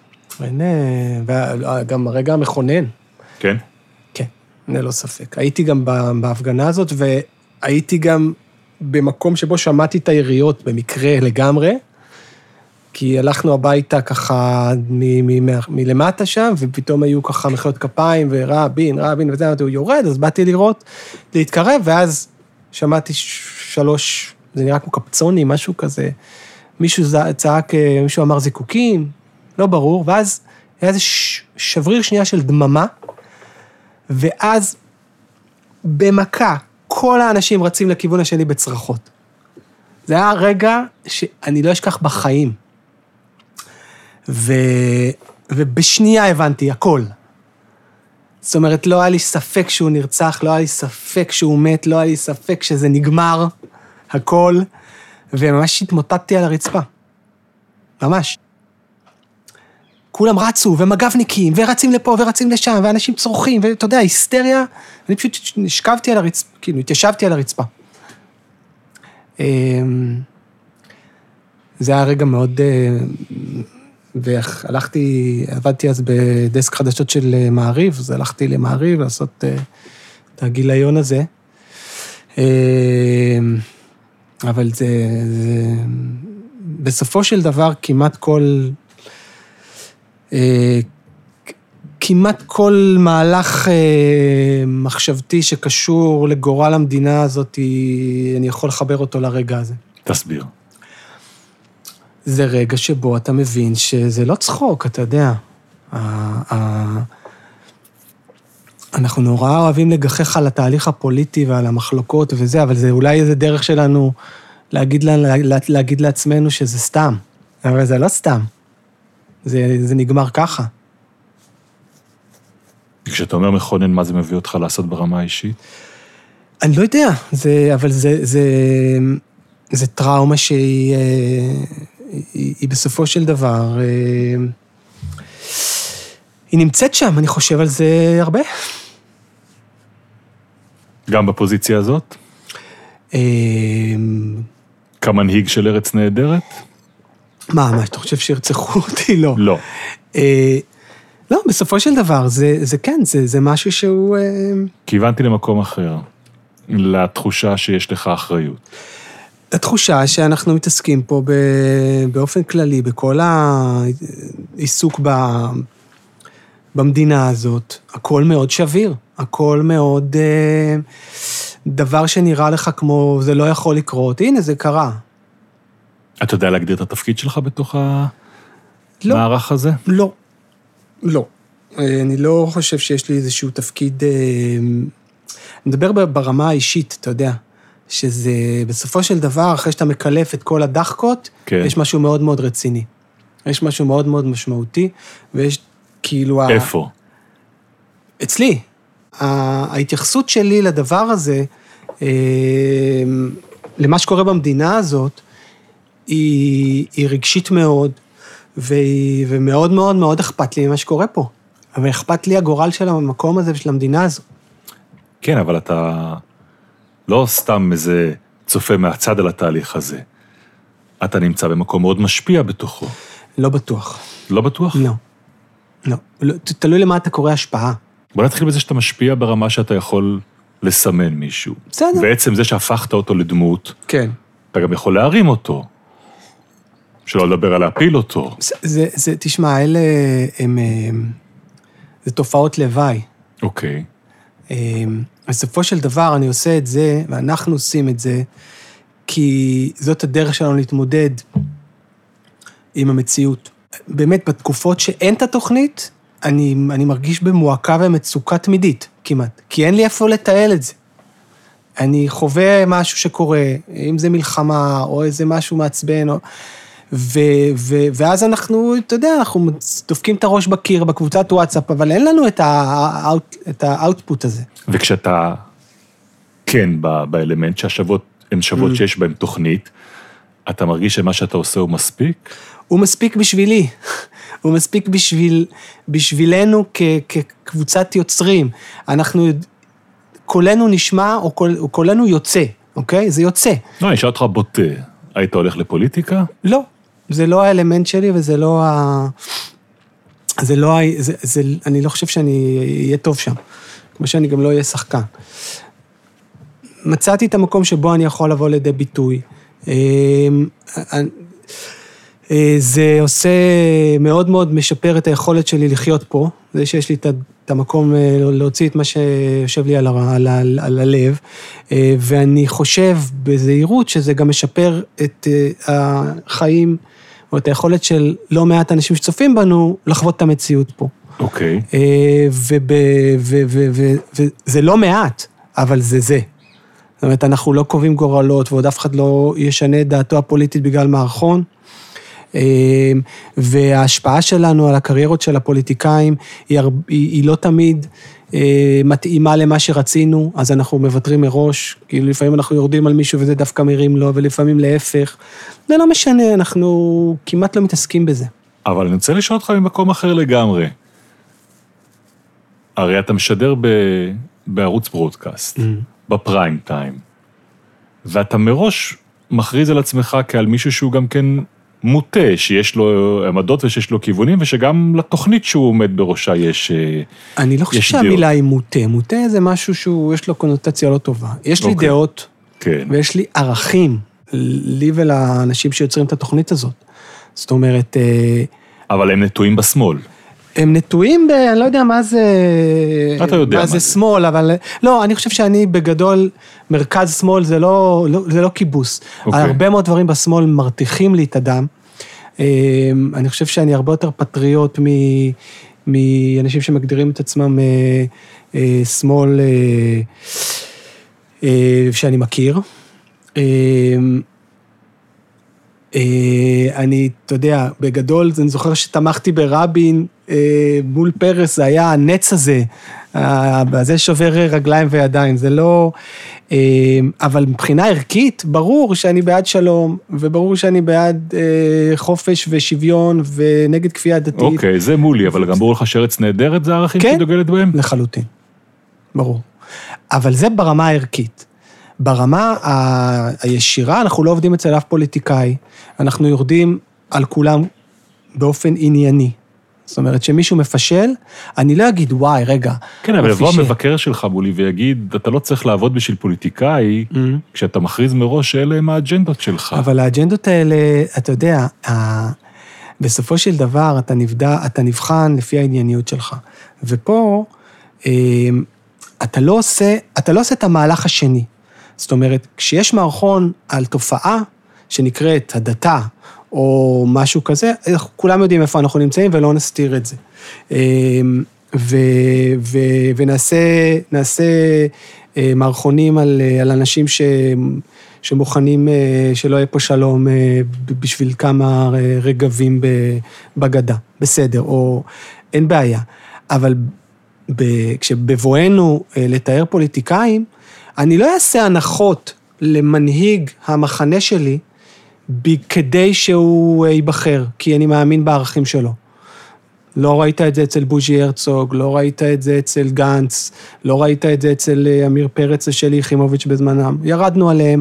B: וגם הרגע המכונן.
A: כן?
B: כן, ללא ספק. הייתי גם בהפגנה הזאת, והייתי גם במקום שבו שמעתי את היריות במקרה לגמרי, כי הלכנו הביתה ככה מלמטה שם, ופתאום היו ככה מחיאות כפיים, ורבין, רבין, וזה, הוא יורד, אז באתי לראות, להתקרב, ואז שמעתי שלוש, זה נראה כמו קפצוני, משהו כזה, מישהו צעק, מישהו אמר זיקוקים, לא ברור, ואז היה איזה שבריר שנייה של דממה, ואז במכה, כל האנשים רצים לכיוון השני בצרחות. זה היה רגע שאני לא אשכח בחיים. ו... ובשנייה הבנתי הכל. זאת אומרת, לא היה לי ספק שהוא נרצח, לא היה לי ספק שהוא מת, לא היה לי ספק שזה נגמר, הכל. וממש התמוטטתי על הרצפה. ממש. כולם רצו, ומגבניקים, ורצים לפה, ורצים לשם, ואנשים צורכים, ואתה יודע, היסטריה, אני פשוט נשכבתי על הרצפה, כאילו, התיישבתי על הרצפה. זה היה רגע מאוד, והלכתי, עבדתי אז בדסק חדשות של מעריב, אז הלכתי למעריב לעשות את הגיליון הזה. אבל זה, זה בסופו של דבר כמעט כל, כמעט כל מהלך מחשבתי שקשור לגורל המדינה הזאת, אני יכול לחבר אותו לרגע הזה.
A: תסביר.
B: זה רגע שבו אתה מבין שזה לא צחוק, אתה יודע. אנחנו נורא אוהבים לגחך על התהליך הפוליטי ועל המחלוקות וזה, אבל זה אולי איזה דרך שלנו להגיד, לה, להגיד לעצמנו שזה סתם. אבל זה לא סתם. זה, זה נגמר ככה.
A: כשאתה אומר מכונן, מה זה מביא אותך לעשות ברמה האישית?
B: אני לא יודע, זה, אבל זה, זה, זה טראומה שהיא היא, היא בסופו של דבר, היא נמצאת שם, אני חושב על זה הרבה.
A: גם בפוזיציה הזאת? כמנהיג של ארץ נהדרת?
B: מה, מה, אתה חושב שירצחו אותי? לא.
A: לא.
B: לא, בסופו של דבר, זה, זה כן, זה, זה משהו שהוא...
A: כיוונתי למקום אחר, לתחושה שיש לך אחריות.
B: התחושה שאנחנו מתעסקים פה באופן כללי, בכל העיסוק במדינה הזאת, הכל מאוד שביר, הכל מאוד דבר שנראה לך כמו זה לא יכול לקרות, הנה זה קרה.
A: אתה יודע להגדיר את התפקיד שלך בתוך
B: לא,
A: המערך הזה?
B: לא, לא. אני לא חושב שיש לי איזשהו תפקיד, אני מדבר ברמה האישית, אתה יודע. שזה בסופו של דבר, אחרי שאתה מקלף את כל הדחקות, כן. יש משהו מאוד מאוד רציני. יש משהו מאוד מאוד משמעותי, ויש כאילו...
A: איפה?
B: ה... אצלי. ההתייחסות שלי לדבר הזה, למה שקורה במדינה הזאת, היא, היא רגשית מאוד, והיא, ומאוד מאוד מאוד אכפת לי ממה שקורה פה. אבל אכפת לי הגורל של המקום הזה ושל המדינה הזו.
A: כן, אבל אתה... לא סתם איזה צופה מהצד על התהליך הזה. אתה נמצא במקום מאוד משפיע בתוכו.
B: לא בטוח.
A: לא בטוח?
B: לא. לא. לא. תלוי למה אתה קורא השפעה.
A: בוא נתחיל בזה שאתה משפיע ברמה שאתה יכול לסמן מישהו.
B: בסדר.
A: בעצם זה שהפכת אותו לדמות,
B: כן.
A: אתה גם יכול להרים אותו. שלא לדבר על להפיל אותו.
B: זה, זה, זה תשמע, אלה הם, הם, זה תופעות לוואי.
A: אוקיי.
B: הם, בסופו של דבר אני עושה את זה, ואנחנו עושים את זה, כי זאת הדרך שלנו להתמודד עם המציאות. באמת, בתקופות שאין את התוכנית, אני, אני מרגיש במועקה ומצוקה תמידית, כמעט. כי אין לי איפה לתעל את זה. אני חווה משהו שקורה, אם זה מלחמה, או איזה משהו מעצבן, או... ו, ו, ואז אנחנו, אתה יודע, אנחנו דופקים את הראש בקיר, בקבוצת וואטסאפ, אבל אין לנו את האוט, את האוטפוט הזה.
A: וכשאתה, כן, באלמנט שהשוות, הן שוות שיש בהן תוכנית, אתה מרגיש שמה שאתה עושה הוא מספיק? הוא
B: מספיק בשבילי. הוא מספיק בשביל, בשבילנו כ, כקבוצת יוצרים. אנחנו, קולנו נשמע, או, קול, או קולנו יוצא, אוקיי? זה יוצא. לא,
A: אני אשאל אותך בוטה. היית הולך לפוליטיקה?
B: לא. זה לא האלמנט שלי, וזה לא ה... זה לא ה... זה, זה, אני לא חושב שאני אהיה טוב שם. כמו שאני גם לא אהיה שחקן. מצאתי את המקום שבו אני יכול לבוא לידי ביטוי. זה עושה, מאוד מאוד משפר את היכולת שלי לחיות פה, זה שיש לי את המקום להוציא את מה שיושב לי על, על, על, על הלב, ואני חושב בזהירות שזה גם משפר את החיים, או את היכולת של לא מעט אנשים שצופים בנו, לחוות את המציאות פה.
A: אוקיי.
B: וזה לא מעט, אבל זה זה. זאת אומרת, אנחנו לא קובעים גורלות, ועוד אף אחד לא ישנה את דעתו הפוליטית בגלל מערכון, וההשפעה שלנו על הקריירות של הפוליטיקאים היא, היא, היא לא תמיד מתאימה למה שרצינו, אז אנחנו מוותרים מראש, כאילו לפעמים אנחנו יורדים על מישהו וזה דווקא מרים לו, ולפעמים להפך. זה לא משנה, אנחנו כמעט לא מתעסקים בזה.
A: אבל אני רוצה לשאול אותך ממקום אחר לגמרי. הרי אתה משדר ב... בערוץ ברודקאסט, mm. בפריים טיים, ואתה מראש מכריז על עצמך כעל מישהו שהוא גם כן מוטה, שיש לו עמדות ושיש לו כיוונים, ושגם לתוכנית שהוא עומד בראשה יש דעות.
B: אני לא חושב שהמילה היא מוטה. מוטה זה משהו שיש לו קונוטציה לא טובה. יש לי דעות, כן. ויש לי ערכים, לי ולאנשים שיוצרים את התוכנית הזאת. זאת אומרת...
A: אבל הם נטועים בשמאל.
B: הם נטועים ב... אני לא יודע מה זה...
A: אתה יודע מה,
B: מה זה שמאל, אבל... לא, אני חושב שאני בגדול, מרכז שמאל זה לא, לא, זה לא כיבוס. Okay. הרבה מאוד דברים בשמאל מרתיחים לי את הדם. אני חושב שאני הרבה יותר פטריוט מ... מאנשים שמגדירים את עצמם שמאל שאני מכיר. אני, אתה יודע, בגדול, אני זוכר שתמכתי ברבין, מול פרס, זה היה הנץ הזה, זה שובר רגליים וידיים, זה לא, אבל מבחינה ערכית, ברור שאני בעד שלום, וברור שאני בעד חופש ושוויון, ונגד כפייה דתית.
A: אוקיי, זה מולי, אבל גם ברור לך שארץ נהדרת, זה הערכים שדוגלת בהם?
B: כן, לחלוטין, ברור. אבל זה ברמה הערכית. ברמה הישירה, אנחנו לא עובדים אצל אף פוליטיקאי, אנחנו יורדים על כולם באופן ענייני. זאת אומרת, שמישהו מפשל, אני לא אגיד, וואי, רגע.
A: כן, אבל לבוא המבקר שלך מולי ויגיד, אתה לא צריך לעבוד בשביל פוליטיקאי, כשאתה מכריז מראש שאלה הם האג'נדות שלך. אבל
B: האג'נדות האלה, אתה יודע, בסופו של דבר, אתה נבחן לפי הענייניות שלך. ופה, אתה לא עושה, אתה לא עושה את המהלך השני. זאת אומרת, כשיש מערכון על תופעה שנקראת הדתה, או משהו כזה, כולם יודעים איפה אנחנו נמצאים, ולא נסתיר את זה. ו, ו, ונעשה נעשה מערכונים על, על אנשים ש, שמוכנים שלא יהיה פה שלום בשביל כמה רגבים בגדה. בסדר, או אין בעיה. אבל ב, כשבבואנו לתאר פוליטיקאים, אני לא אעשה הנחות למנהיג המחנה שלי, כדי שהוא ייבחר, כי אני מאמין בערכים שלו. לא ראית את זה אצל בוז'י הרצוג, לא ראית את זה אצל גנץ, לא ראית את זה אצל אמיר פרץ ושלי יחימוביץ' בזמנם. ירדנו עליהם,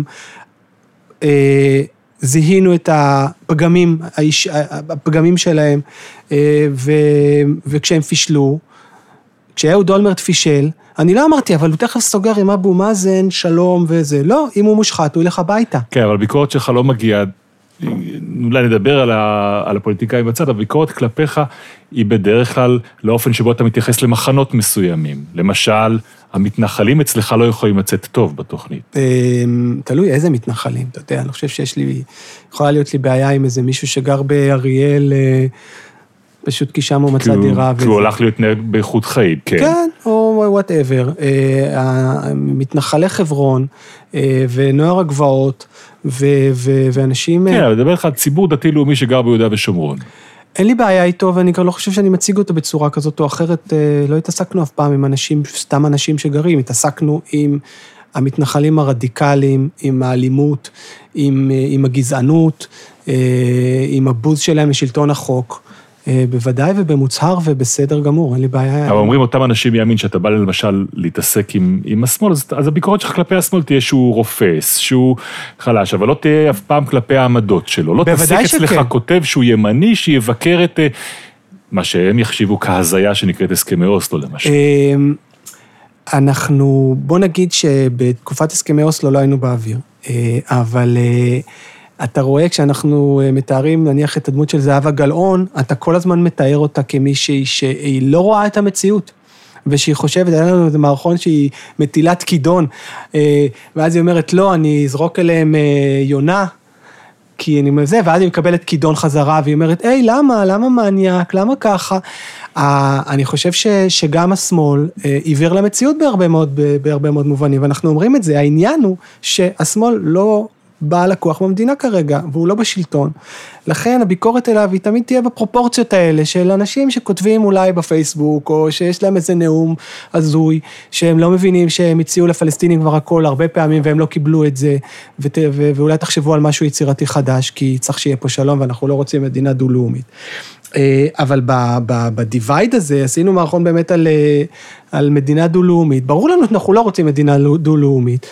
B: אה, זיהינו את הפגמים, האיש, הפגמים שלהם, אה, ו, וכשהם פישלו, כשאהוד אולמרט פישל, אני לא אמרתי, אבל הוא תכף סוגר עם אבו מאזן, שלום וזה. לא, אם הוא מושחת, הוא ילך הביתה.
A: כן, אבל ביקורת שלך לא מגיעה, אולי נדבר על, ה, על הפוליטיקאים בצד, אבל ביקורת כלפיך היא בדרך כלל לאופן שבו אתה מתייחס למחנות מסוימים. למשל, המתנחלים אצלך לא יכולים לצאת טוב בתוכנית.
B: תלוי איזה מתנחלים, אתה יודע, אני חושב שיש לי, יכולה להיות לי בעיה עם איזה מישהו שגר באריאל, פשוט כי שם הוא מצא דירה.
A: כי הוא הולך להתנהג באיכות חיים, כן.
B: כן, או whatever. מתנחלי חברון, ונוער הגבעות, ואנשים...
A: כן, אבל דבר לך, ציבור דתי-לאומי שגר ביהודה ושומרון.
B: אין לי בעיה איתו, ואני גם לא חושב שאני מציג אותו בצורה כזאת או אחרת, לא התעסקנו אף פעם עם אנשים, סתם אנשים שגרים, התעסקנו עם המתנחלים הרדיקליים, עם האלימות, עם, עם הגזענות, עם הבוז שלהם לשלטון החוק, בוודאי ובמוצהר ובסדר גמור, אין לי בעיה.
A: אבל אומרים אותם אנשים יאמין שאתה בא למשל להתעסק עם, עם השמאל, אז, אז הביקורת שלך כלפי השמאל תהיה שהוא רופס, שהוא חלש, אבל לא תהיה אף פעם כלפי העמדות שלו. לא תעסק אצלך כותב שהוא ימני, שיבקר את מה שהם יחשיבו כהזיה שנקראת הסכמי אוסלו למשל.
B: אנחנו, בוא נגיד שבתקופת הסכמי אוסלו לא היינו באוויר, אבל... אתה רואה, כשאנחנו מתארים, נניח את הדמות של זהבה גלאון, אתה כל הזמן מתאר אותה כמישהי שהיא לא רואה את המציאות, ושהיא חושבת, היה לנו איזה מערכון שהיא מטילת כידון, ואז היא אומרת, לא, אני אזרוק אליהם יונה, כי אני מזה, ואז היא מקבלת כידון חזרה, והיא אומרת, היי, למה? למה מעניק? למה ככה? אני חושב ש, שגם השמאל עיוור למציאות בהרבה מאוד, בהרבה מאוד מובנים, ואנחנו אומרים את זה, העניין הוא שהשמאל לא... בעל הכוח במדינה כרגע, והוא לא בשלטון. לכן הביקורת אליו היא תמיד תהיה בפרופורציות האלה, של אנשים שכותבים אולי בפייסבוק, או שיש להם איזה נאום הזוי, שהם לא מבינים שהם הציעו לפלסטינים כבר הכל הרבה פעמים, והם לא קיבלו את זה, ות, ו, ואולי תחשבו על משהו יצירתי חדש, כי צריך שיהיה פה שלום, ואנחנו לא רוצים מדינה דו-לאומית. אבל בדיווייד הזה, עשינו מערכון באמת על, על מדינה דו-לאומית. ברור לנו שאנחנו לא רוצים מדינה דו-לאומית.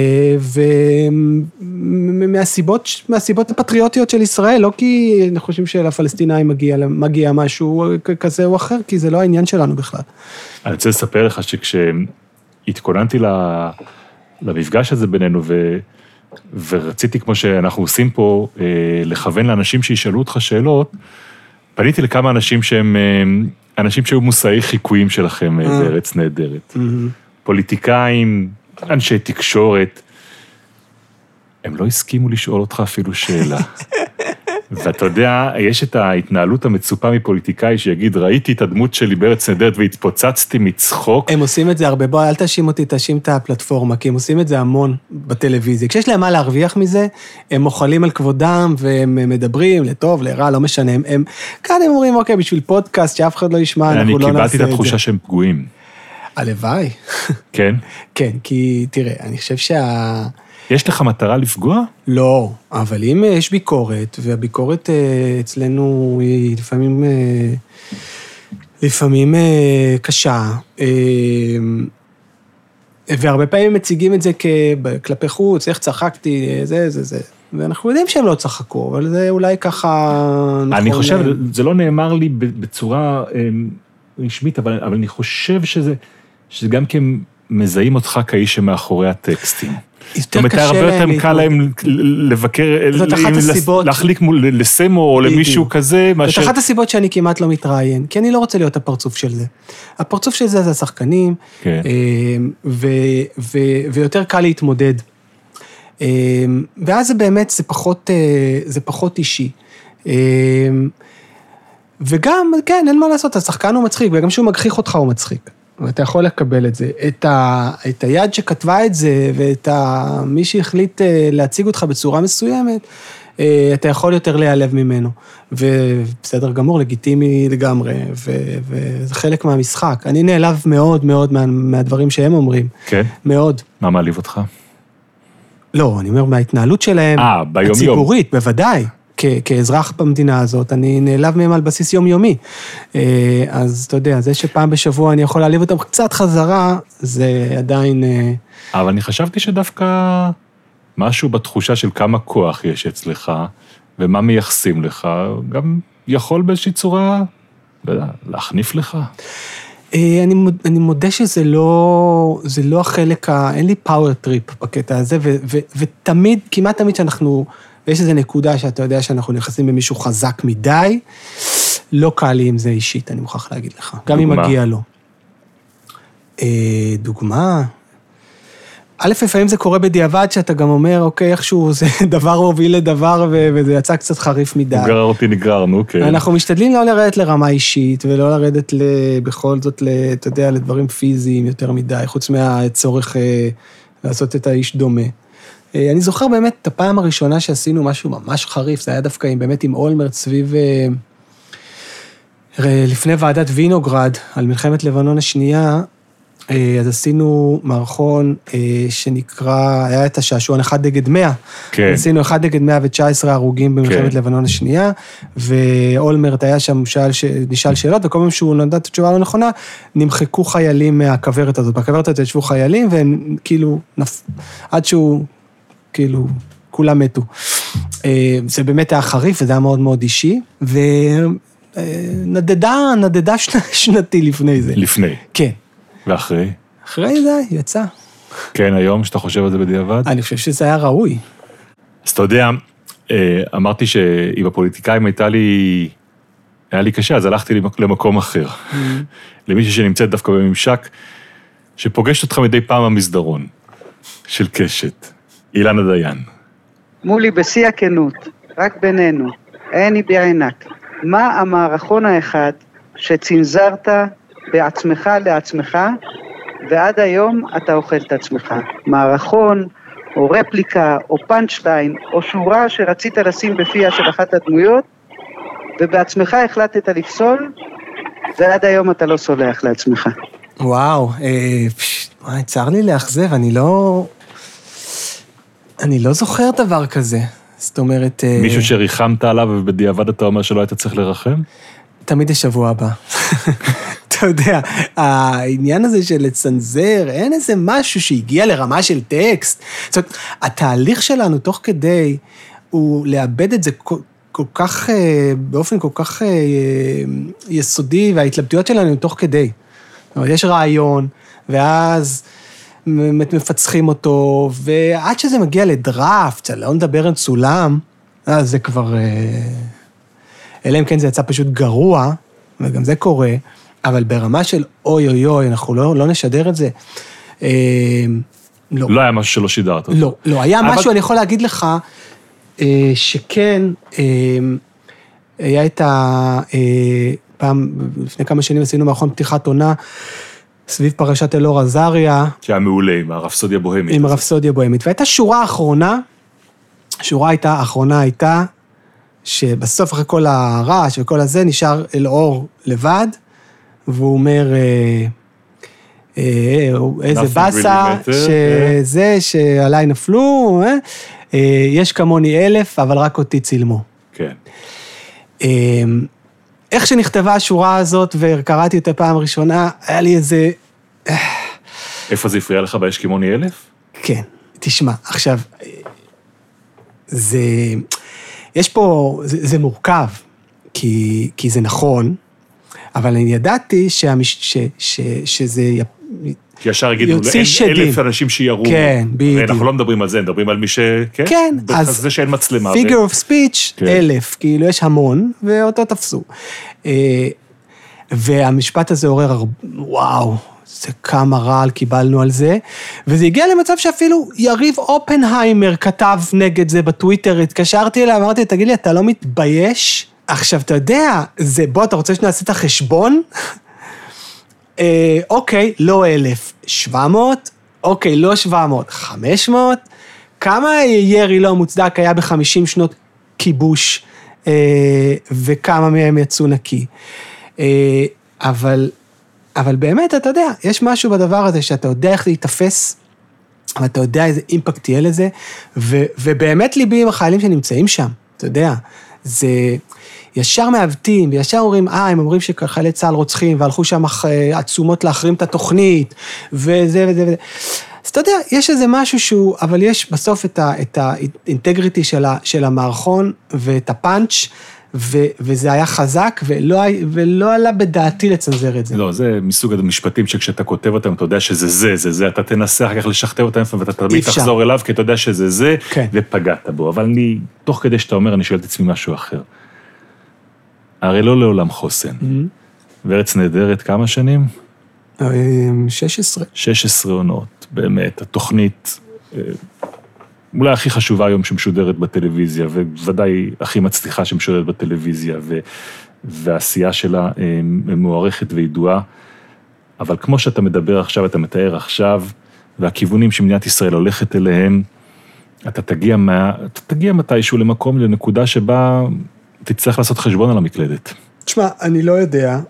B: ומהסיבות, מהסיבות הפטריוטיות של ישראל, לא כי אנחנו חושבים שלפלסטינאים מגיע, מגיע משהו כזה או אחר, כי זה לא העניין שלנו בכלל.
A: אני רוצה לספר לך שכשהתכוננתי למפגש הזה בינינו, ו... ורציתי, כמו שאנחנו עושים פה, לכוון לאנשים שישאלו אותך שאלות, פניתי לכמה אנשים שהם, אנשים שהיו מושאי חיקויים שלכם בארץ נהדרת. פוליטיקאים, אנשי תקשורת, הם לא הסכימו לשאול אותך אפילו שאלה. ואתה יודע, יש את ההתנהלות המצופה מפוליטיקאי שיגיד, ראיתי את הדמות שלי בארץ נהדרת והתפוצצתי מצחוק.
B: הם עושים את זה הרבה, בוא, אל תאשים אותי, תאשים את הפלטפורמה, כי הם עושים את זה המון בטלוויזיה. כשיש להם מה להרוויח מזה, הם מוחלים על כבודם, והם מדברים לטוב, לרע, לא משנה. הם, הם, כאן הם אומרים, אוקיי, בשביל פודקאסט שאף אחד לא ישמע, אנחנו לא נעשה את זה.
A: אני קיבלתי את התחושה שהם פגועים.
B: הלוואי.
A: כן?
B: כן, כי תראה, אני חושב שה...
A: יש לך מטרה לפגוע?
B: לא, אבל אם יש ביקורת, והביקורת אצלנו היא לפעמים, לפעמים קשה, והרבה פעמים מציגים את זה כלפי חוץ, איך צחקתי, זה, זה, זה. ואנחנו יודעים שהם לא צחקו, אבל זה אולי ככה...
A: אני חושב, זה לא נאמר לי בצורה רשמית, אבל, אבל אני חושב שזה, שזה גם כי הם מזהים אותך כאיש שמאחורי הטקסטים.
B: יותר קשה
A: הרבה יותר קל להם לבקר, להחליק לסמו או למישהו כזה,
B: זאת אחת הסיבות שאני כמעט לא מתראיין, כי אני לא רוצה להיות הפרצוף של זה. הפרצוף של זה זה השחקנים, ויותר קל להתמודד. ואז זה באמת, זה פחות אישי. וגם, כן, אין מה לעשות, השחקן הוא מצחיק, וגם שהוא מגחיך אותך הוא מצחיק. ואתה יכול לקבל את זה. את, ה, את היד שכתבה את זה, ואת ה, מי שהחליט להציג אותך בצורה מסוימת, אתה יכול יותר להיעלב ממנו. ובסדר גמור, לגיטימי לגמרי, ו, וזה חלק מהמשחק. אני נעלב מאוד מאוד מה, מהדברים שהם אומרים. כן? מאוד.
A: מה מעליב אותך?
B: לא, אני אומר, מההתנהלות שלהם,
A: אה, ביום
B: הציבורית, יום. בוודאי. כאזרח במדינה הזאת, אני נעלב מהם על בסיס יומיומי. אז אתה יודע, זה שפעם בשבוע אני יכול להעליב אותם קצת חזרה, זה עדיין...
A: אבל אני חשבתי שדווקא משהו בתחושה של כמה כוח יש אצלך, ומה מייחסים לך, גם יכול באיזושהי צורה להחניף לך.
B: אני, אני מודה שזה לא, זה לא החלק, ה, אין לי פאוור טריפ בקטע הזה, ו, ו, ותמיד, כמעט תמיד שאנחנו... ויש איזו נקודה שאתה יודע שאנחנו נכנסים במישהו חזק מדי, לא קל לי עם זה אישית, אני מוכרח להגיד לך. גם אם מגיע לו. דוגמה? א', לפעמים זה קורה בדיעבד, שאתה גם אומר, אוקיי, איכשהו זה דבר הוביל לדבר, וזה יצא קצת חריף מדי.
A: הוא גרר אותי נגררנו, כן.
B: אנחנו משתדלים לא לרדת לרמה אישית, ולא לרדת בכל זאת, אתה יודע, לדברים פיזיים יותר מדי, חוץ מהצורך לעשות את האיש דומה. אני זוכר באמת את הפעם הראשונה שעשינו משהו ממש חריף, זה היה דווקא עם, באמת עם אולמרט סביב, לפני ועדת וינוגרד, על מלחמת לבנון השנייה, אז עשינו מערכון שנקרא, היה את השעשועון אחד נגד מאה, כן. עשינו אחד נגד מאה ותשע עשרה הרוגים במלחמת כן. לבנון השנייה, ואולמרט היה שם שאל, נשאל שאלות, וכל פעם שהוא נדע את התשובה לא נכונה, נמחקו חיילים מהכברת הזאת, בכברת הזאת ישבו חיילים, והם כאילו, נפ... עד שהוא... כאילו, כולם מתו. זה באמת היה חריף, וזה היה מאוד מאוד אישי, ונדדה, נדדה שנתי לפני זה.
A: לפני?
B: כן.
A: ואחרי?
B: אחרי זה, יצא.
A: כן, היום שאתה חושב על זה בדיעבד?
B: אני חושב שזה היה ראוי.
A: אז אתה יודע, אמרתי שעם הפוליטיקאים הייתה לי, היה לי קשה, אז הלכתי למקום אחר. למישהו שנמצאת דווקא בממשק, שפוגשת אותך מדי פעם המסדרון, של קשת. אילנה דיין.
C: מולי, בשיא הכנות, רק בינינו, עיני בעינק, מה המערכון האחד שצנזרת בעצמך לעצמך, ועד היום אתה אוכל את עצמך? מערכון או רפליקה, או פאנצ'ליין, או שורה שרצית לשים בפיה של אחת הדמויות, ובעצמך החלטת לפסול, ועד היום אתה לא סולח לעצמך.
B: וואו, אה, פש, וואי, צר לי לאכזב, אני לא... אני לא זוכר דבר כזה. זאת אומרת... אה,
A: מישהו שריחמת עליו ובדיעבד אתה אומר שלא היית צריך לרחם?
B: תמיד השבוע הבא. אתה יודע, העניין הזה של לצנזר, אין איזה משהו שהגיע לרמה של טקסט. זאת אומרת, התהליך שלנו תוך כדי הוא לאבד את זה כל, כל כך, באופן כל כך יסודי, וההתלבטויות שלנו תוך כדי. זאת אומרת, יש רעיון, ואז מפצחים אותו, ועד שזה מגיע לדראפט, לא נדבר על צולם, אז זה כבר... אלא אם כן זה יצא פשוט גרוע, וגם זה קורה, אבל ברמה של אוי אוי אוי, אנחנו לא, לא נשדר את זה. אה, לא.
A: לא היה משהו שלא שידרת.
B: לא, לא. היה
A: אבל...
B: משהו, אני יכול להגיד לך, אה, שכן, אה, היה את ה... אה, פעם, לפני כמה שנים עשינו מערכון פתיחת עונה, סביב פרשת אלאור עזריה.
A: שהיה מעולה, עם הרפסודיה בוהמית.
B: עם הרפסודיה בוהמית. והייתה שורה האחרונה, השורה הייתה, האחרונה הייתה, שבסוף אחרי כל הרעש וכל הזה, נשאר אלאור לבד, והוא אומר, אה, אה, איזה בסה, שזה שעליי נפלו, אה, אה, יש כמוני אלף, אבל רק אותי צילמו.
A: כן.
B: אה, איך שנכתבה השורה הזאת, וקראתי אותה פעם ראשונה, היה לי איזה...
A: איפה זה הפריע לך ביש כמוני אלף?
B: כן, תשמע, עכשיו, זה... יש פה, זה, זה מורכב, כי, כי זה נכון, אבל אני ידעתי שהמש, ש, ש, שזה
A: כי ישר יגידו, אלף אנשים שירו.
B: כן, בדיוק.
A: אנחנו לא מדברים על זה, מדברים על מי ש...
B: כן, אז
A: זה שאין מצלמה.
B: figure of speech, אלף, כאילו יש המון, ואותו תפסו. והמשפט הזה עורר, וואו, זה כמה רעל קיבלנו על זה, וזה הגיע למצב שאפילו יריב אופנהיימר כתב נגד זה בטוויטר, התקשרתי אליי, אמרתי, תגיד לי, אתה לא מתבייש? עכשיו, אתה יודע, זה, בוא, אתה רוצה שנעשה את החשבון? אה, אוקיי, לא אלף, שבע מאות, אוקיי, לא שבע מאות, חמש מאות, כמה ירי לא מוצדק היה בחמישים שנות כיבוש, אה, וכמה מהם יצאו נקי. אה, אבל... אבל באמת, אתה יודע, יש משהו בדבר הזה שאתה יודע איך זה יתפס, ואתה יודע איזה אימפקט יהיה לזה, ו, ובאמת ליבי עם החיילים שנמצאים שם, אתה יודע, זה ישר מעוותים, וישר אומרים, אה, הם אומרים שחיילי צה"ל רוצחים, והלכו שם עצומות להחרים את התוכנית, וזה וזה וזה. אז אתה יודע, יש איזה משהו שהוא, אבל יש בסוף את, ה, את האינטגריטי של, ה, של המערכון, ואת הפאנץ', ו- וזה היה חזק, ולא, ולא עלה בדעתי לצנזר את זה.
A: לא, זה מסוג המשפטים שכשאתה כותב אותם, אתה יודע שזה זה, זה זה, אתה תנסה אחר כך לשכתב אותם, ואתה תמיד תחזור אליו, כי אתה יודע שזה זה, כן. ופגעת בו. אבל אני, תוך כדי שאתה אומר, אני שואל את עצמי משהו אחר. הרי לא לעולם חוסן. Mm-hmm. וארץ נהדרת כמה שנים?
B: שש עשרה.
A: שש עשרה עונות, באמת. התוכנית... אולי הכי חשובה היום שמשודרת בטלוויזיה, וודאי הכי מצליחה שמשודרת בטלוויזיה, ו... והעשייה שלה מוערכת וידועה, אבל כמו שאתה מדבר עכשיו, אתה מתאר עכשיו, והכיוונים שמדינת ישראל הולכת אליהם, אתה תגיע, מה... אתה תגיע מתישהו למקום, לנקודה שבה תצטרך לעשות חשבון על המקלדת.
B: תשמע, אני לא יודע,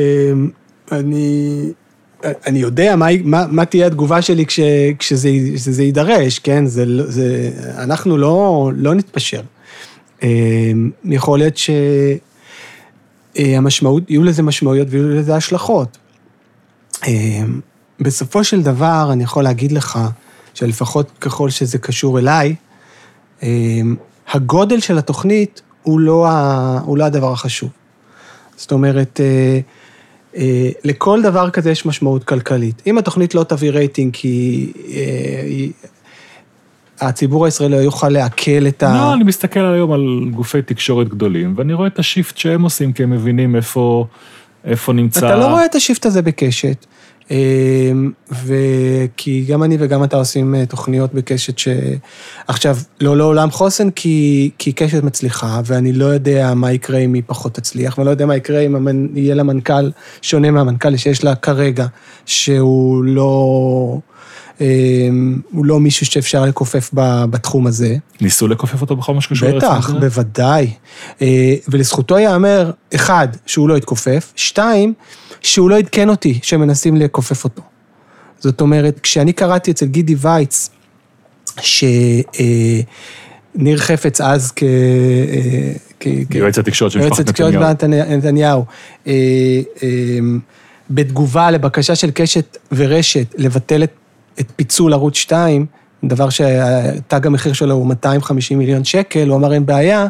B: אני... אני יודע מה, מה, מה תהיה התגובה שלי כש, כשזה, כשזה יידרש, כן? זה, זה, אנחנו לא, לא נתפשר. יכול להיות שהמשמעות, יהיו לזה משמעויות ויהיו לזה השלכות. בסופו של דבר, אני יכול להגיד לך, שלפחות ככל שזה קשור אליי, הגודל של התוכנית הוא לא, הוא לא הדבר החשוב. זאת אומרת, לכל דבר כזה יש משמעות כלכלית. אם התוכנית לא תביא רייטינג, כי הציבור הישראלי לא יוכל להקל את ה...
A: לא, אני מסתכל היום על גופי תקשורת גדולים, ואני רואה את השיפט שהם עושים, כי הם מבינים איפה, איפה נמצא...
B: אתה לא רואה את השיפט הזה בקשת, וכי גם אני וגם אתה עושים תוכניות בקשת ש... עכשיו, לא לעולם חוסן, כי, כי קשת מצליחה, ואני לא יודע מה יקרה אם היא פחות תצליח, ואני לא יודע מה יקרה אם המנ... יהיה לה מנכ"ל שונה מהמנכ"ל שיש לה כרגע, שהוא לא... הוא לא מישהו שאפשר לקופף בתחום הזה.
A: ניסו לקופף אותו בכל מה שקשור
B: לארץ נהדרת? בטח, בוודאי. ולזכותו יאמר, אחד, שהוא לא יתכופף, שתיים, שהוא לא ידכן אותי, שמנסים לקופף אותו. זאת אומרת, כשאני קראתי אצל גידי וייץ, שניר חפץ אז כ...
A: יועץ התקשורת של משפחת נתניהו.
B: יועץ התקשורת נתניהו. בתגובה לבקשה של קשת ורשת, לבטל את פיצול ערוץ שתיים, דבר שהתג המחיר שלו הוא מאתיים וחמישים מיליון שקל, הוא אמר אין בעיה,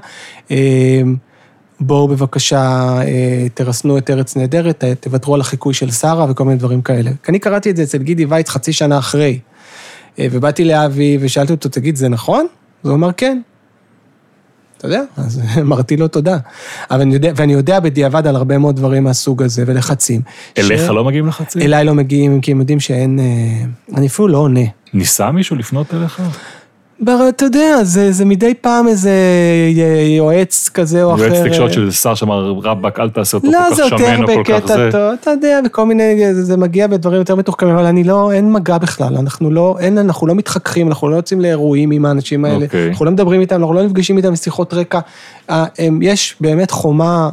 B: בואו בבקשה תרסנו את ארץ נהדרת, תוותרו על החיקוי של שרה וכל מיני דברים כאלה. כי אני קראתי את זה אצל גידי וייץ חצי שנה אחרי, ובאתי לאבי ושאלתי אותו, תגיד, זה נכון? אז הוא אמר, כן. אתה יודע? אז אמרתי לו תודה. אבל אני יודע, ואני יודע בדיעבד על הרבה מאוד דברים מהסוג הזה, ולחצים.
A: אליך ש... לא מגיעים לחצים?
B: אליי לא מגיעים, כי הם יודעים שאין... אני אפילו לא עונה.
A: ניסה מישהו לפנות אליך?
B: בר, אתה יודע, זה, זה מדי פעם איזה יועץ כזה או אחר.
A: יועץ תקשורת של שר שאמר, רבק, אל תעשה אותו
B: לא,
A: כל כך שמן או כל כך זה.
B: טוב, אתה יודע, וכל מיני, זה, זה מגיע בדברים יותר מתוחכמים, אבל אני לא, אין מגע בכלל, אנחנו לא, אין, אנחנו לא מתחככים, אנחנו לא יוצאים לאירועים עם האנשים האלה, okay. אנחנו לא מדברים איתם, אנחנו לא נפגשים איתם בשיחות רקע, יש באמת חומה,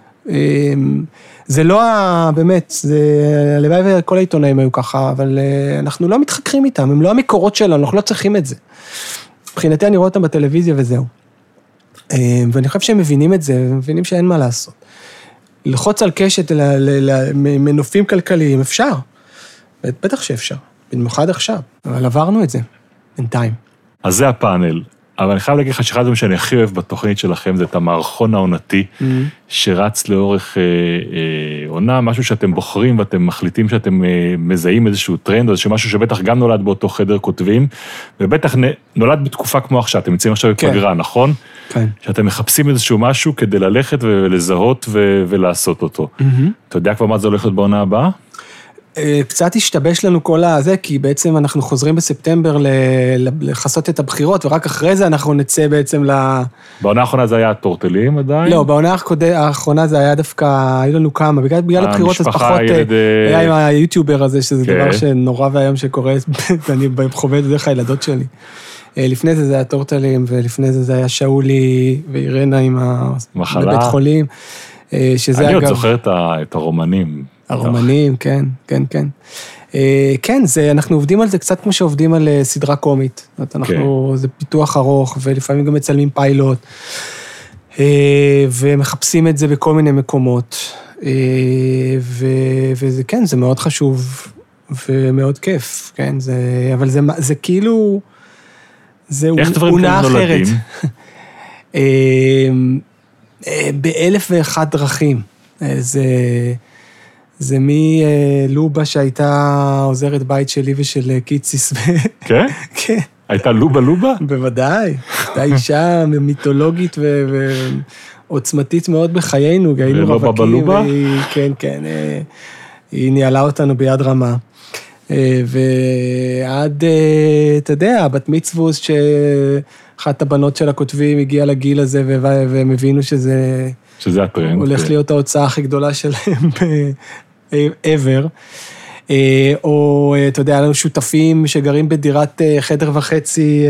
B: זה לא באמת, זה, הלוואי וכל העיתונאים היו ככה, אבל אנחנו לא מתחככים איתם, הם לא המקורות שלנו, אנחנו לא צריכים את זה. מבחינתי אני רואה אותם בטלוויזיה וזהו. ואני חושב שהם מבינים את זה, הם מבינים שאין מה לעשות. ללחוץ על קשת למנופים כלכליים, אפשר. בטח שאפשר, במיוחד עכשיו. אבל עברנו את זה, בינתיים.
A: אז זה הפאנל. אבל אני חייב להגיד לך שאחד הדברים שאני הכי אוהב בתוכנית שלכם, זה את המערכון העונתי, mm-hmm. שרץ לאורך אה, אה, עונה, משהו שאתם בוחרים, ואתם מחליטים שאתם אה, מזהים איזשהו טרנד, או איזשהו משהו שבטח גם נולד באותו חדר כותבים, ובטח נולד בתקופה כמו עכשיו, אתם יוצאים עכשיו בפגרה, כן. נכון?
B: כן.
A: שאתם מחפשים איזשהו משהו כדי ללכת ולזהות ו- ולעשות אותו. Mm-hmm. אתה יודע כבר מה זה הולך להיות בעונה הבאה?
B: קצת השתבש לנו כל הזה, כי בעצם אנחנו חוזרים בספטמבר לחסות את הבחירות, ורק אחרי זה אנחנו נצא בעצם ל...
A: בעונה האחרונה זה היה הטורטלים עדיין?
B: לא, בעונה האחרונה זה היה דווקא, היו לנו כמה, בגלל, בגלל הבחירות אז פחות, ילד... היה עם היוטיובר הזה, שזה כן. דבר שנורא והיום שקורה, אני חווה את דרך הילדות שלי. לפני זה זה היה טורטלים, ולפני זה זה היה שאולי ואירנה עם הבית חולים, שזה
A: אני
B: אגב...
A: עוד זוכר את הרומנים.
B: הרומנים, כן, כן, כן. כן, זה, אנחנו עובדים על זה קצת כמו שעובדים על סדרה קומית. אנחנו, זה פיתוח ארוך, ולפעמים גם מצלמים פיילוט, ומחפשים את זה בכל מיני מקומות. וזה, כן, זה מאוד חשוב, ומאוד כיף, כן, זה, אבל זה, זה כאילו, זה עונה אחרת. באלף ואחת דרכים. זה... זה מלובה שהייתה עוזרת בית שלי ושל קיציס.
A: כן?
B: כן.
A: הייתה לובה לובה?
B: בוודאי. הייתה אישה מיתולוגית ועוצמתית מאוד בחיינו.
A: ולובה בלובה?
B: כן, כן. היא ניהלה אותנו ביד רמה. ועד, אתה יודע, בת מצווס שאחת הבנות של הכותבים הגיעה לגיל הזה והם הבינו שזה...
A: שזה הטרנד.
B: הולך להיות ההוצאה הכי גדולה שלהם ever. או, אתה יודע, לנו שותפים שגרים בדירת חדר וחצי,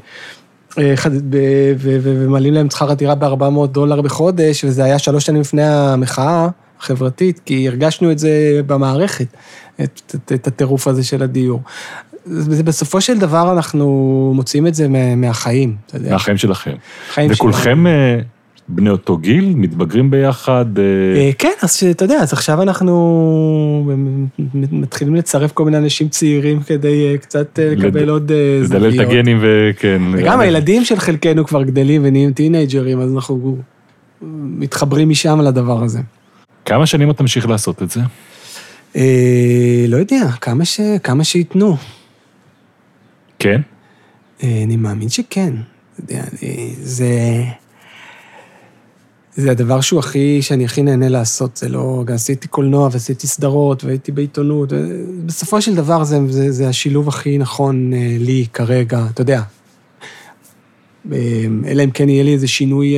B: ומעלים להם שכר הדירה ב-ארבע מאות דולר בחודש, וזה היה שלוש שנים לפני המחאה החברתית, כי הרגשנו את זה במערכת, את, את, את הטירוף הזה של הדיור. בסופו של דבר אנחנו מוצאים את זה מהחיים, אתה יודע.
A: מהחיים שלכם. וכולכם... בני אותו גיל, מתבגרים ביחד?
B: כן, אז אתה יודע, אז עכשיו אנחנו מתחילים לצרף כל מיני אנשים צעירים כדי קצת לקבל עוד זוויות.
A: לדלל את הגנים וכן.
B: וגם הילדים של חלקנו כבר גדלים ונהיים טינג'רים, אז אנחנו מתחברים משם לדבר הזה.
A: כמה שנים אתה תמשיך לעשות את זה?
B: לא יודע, כמה שיתנו.
A: כן?
B: אני מאמין שכן. זה... זה הדבר שהוא הכי, שאני הכי נהנה לעשות, זה לא, גם עשיתי קולנוע ועשיתי סדרות והייתי בעיתונות, בסופו של דבר זה, זה, זה השילוב הכי נכון לי כרגע, אתה יודע, אלא אם כן יהיה לי איזה שינוי,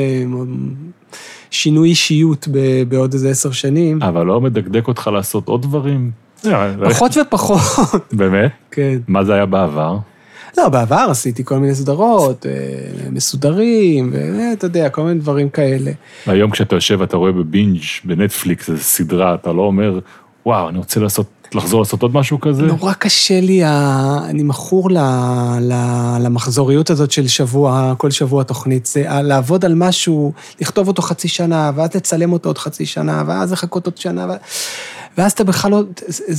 B: שינוי אישיות בעוד איזה עשר שנים.
A: אבל לא מדקדק אותך לעשות עוד דברים?
B: פחות ופחות.
A: באמת?
B: כן.
A: מה זה היה בעבר?
B: לא, בעבר עשיתי כל מיני סדרות, מסודרים, ואתה יודע, כל מיני דברים כאלה.
A: היום כשאתה יושב, אתה רואה בבינג' בנטפליקס, איזו סדרה, אתה לא אומר, וואו, אני רוצה לעשות, לחזור לעשות עוד משהו כזה?
B: נורא קשה לי, אני מכור למחזוריות הזאת של שבוע, כל שבוע תוכנית, זה לעבוד על משהו, לכתוב אותו חצי שנה, ואז לצלם אותו עוד חצי שנה, ואז לחכות עוד שנה, ואז אתה בכלל לא,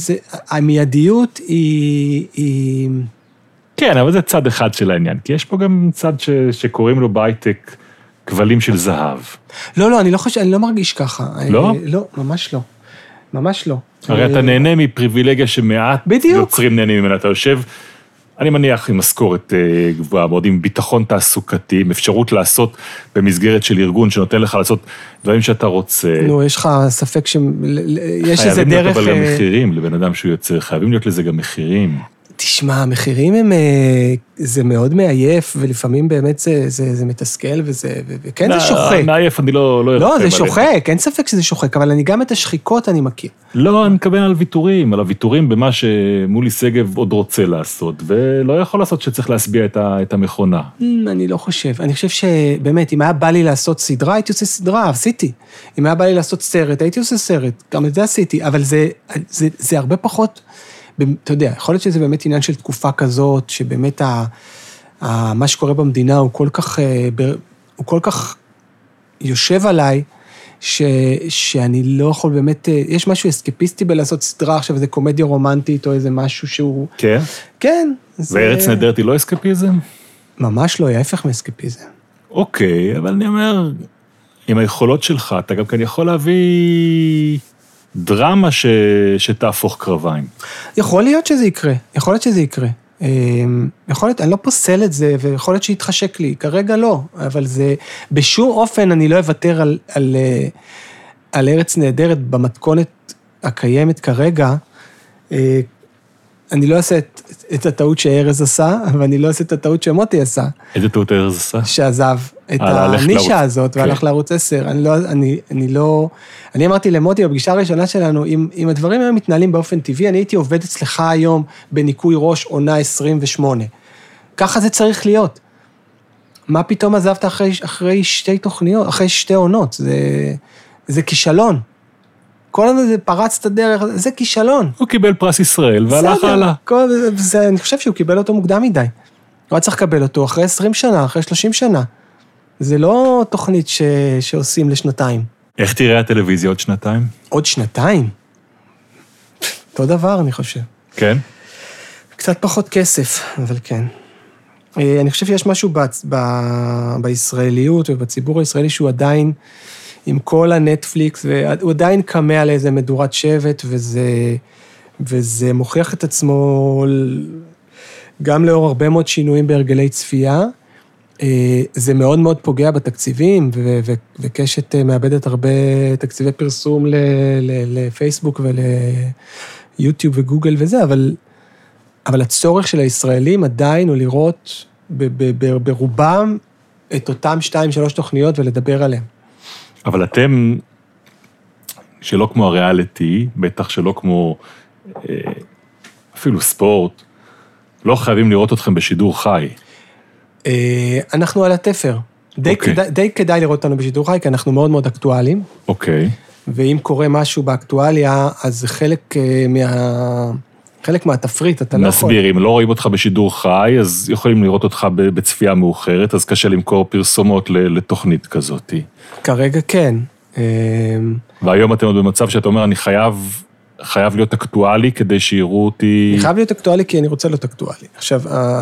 B: המיידיות היא... היא
A: כן, אבל זה צד אחד של העניין, כי יש פה גם צד ש, שקוראים לו בהייטק כבלים של זהב.
B: לא, לא, אני לא חושב, אני לא מרגיש ככה.
A: לא?
B: לא, ממש לא. ממש לא.
A: הרי אתה נהנה מפריבילגיה שמעט יוצרים נהנים ממנה. אתה יושב, אני מניח עם משכורת גבוהה, מאוד עם ביטחון תעסוקתי, עם אפשרות לעשות במסגרת של ארגון שנותן לך לעשות דברים שאתה רוצה.
B: נו, יש לך ספק שיש איזה דרך...
A: חייבים להיות אבל גם מחירים לבן אדם שהוא יוצר, חייבים להיות לזה גם מחירים.
B: תשמע, המחירים הם, זה מאוד מעייף, ולפעמים באמת זה, זה, זה מתסכל, וזה, וכן זה שוחק.
A: מעייף, אני לא...
B: לא, זה שוחק, אין ספק שזה שוחק, אבל אני גם את השחיקות אני מכיר.
A: לא, אני מקבל על ויתורים, על הוויתורים במה שמולי סגב עוד רוצה לעשות, ולא יכול לעשות שצריך להסביע את המכונה.
B: אני לא חושב, אני חושב שבאמת, אם היה בא לי לעשות סדרה, הייתי עושה סדרה, עשיתי. אם היה בא לי לעשות סרט, הייתי עושה סרט, גם את זה עשיתי, אבל זה, זה, זה הרבה פחות... אתה יודע, יכול להיות שזה באמת עניין של תקופה כזאת, שבאמת ה, ה, מה שקורה במדינה הוא כל כך, הוא כל כך יושב עליי, ש, שאני לא יכול באמת, יש משהו אסקפיסטי בלעשות סדרה, עכשיו זה קומדיה רומנטית, או איזה משהו שהוא...
A: כן?
B: כן.
A: וארץ נהדרת היא לא אסקפיזם?
B: ממש לא, היא ההפך מאסקפיזם.
A: אוקיי, אבל אני אומר, עם היכולות שלך, אתה גם כאן יכול להביא... דרמה ש... שתהפוך קרביים.
B: יכול להיות שזה יקרה, יכול להיות שזה יקרה. יכול להיות, אני לא פוסל את זה, ויכול להיות שיתחשק לי, כרגע לא, אבל זה, בשום אופן אני לא אוותר על, על, על ארץ נהדרת במתכונת הקיימת כרגע, אני לא אעשה את, את הטעות שארז עשה, אבל אני לא אעשה את הטעות שמוטי עשה.
A: איזה טעות ארז עשה?
B: שעזב את הנישה הזאת, והלך לערוץ עשר. אני לא, אני, אני לא, אני אמרתי למוטי, בפגישה הראשונה שלנו, אם, אם הדברים היום מתנהלים באופן טבעי, אני הייתי עובד אצלך היום בניקוי ראש עונה עשרים ושמונה. ככה זה צריך להיות. מה פתאום עזבת אחרי, אחרי שתי תוכניות, אחרי שתי עונות? זה, זה כישלון. כל הזמן זה פרץ את הדרך, זה כישלון.
A: הוא קיבל פרס ישראל והלך הלאה.
B: אני חושב שהוא קיבל אותו מוקדם מדי. הוא היה צריך לקבל אותו אחרי עשרים שנה, אחרי שלושים שנה. זה לא תוכנית ש... שעושים לשנתיים.
A: איך תראה הטלוויזיה עוד שנתיים?
B: עוד שנתיים? אותו דבר, אני חושב.
A: כן?
B: קצת פחות כסף, אבל כן. אני חושב שיש משהו ב... ב... בישראליות ובציבור הישראלי שהוא עדיין... עם כל הנטפליקס, והוא עדיין קמה על איזה מדורת שבט, וזה, וזה מוכיח את עצמו גם לאור הרבה מאוד שינויים בהרגלי צפייה. זה מאוד מאוד פוגע בתקציבים, וקשת מאבדת הרבה תקציבי פרסום לפייסבוק וליוטיוב וגוגל וזה, אבל, אבל הצורך של הישראלים עדיין הוא לראות ברובם את אותם שתיים, שלוש תוכניות ולדבר עליהם.
A: אבל אתם, שלא כמו הריאליטי, בטח שלא כמו אפילו ספורט, לא חייבים לראות אתכם בשידור חי.
B: אנחנו על התפר. די, okay. כדאי, די כדאי לראות אותנו בשידור חי, כי אנחנו מאוד מאוד אקטואליים.
A: אוקיי. Okay.
B: ואם קורה משהו באקטואליה, אז זה חלק מה... חלק מהתפריט, אתה לא יכול.
A: נסביר, אם לא רואים אותך בשידור חי, אז יכולים לראות אותך בצפייה מאוחרת, אז קשה למכור פרסומות לתוכנית כזאת.
B: כרגע כן.
A: והיום אתם עוד במצב שאתה אומר, אני חייב, חייב להיות אקטואלי כדי שיראו אותי...
B: אני חייב להיות אקטואלי כי אני רוצה להיות אקטואלי. עכשיו,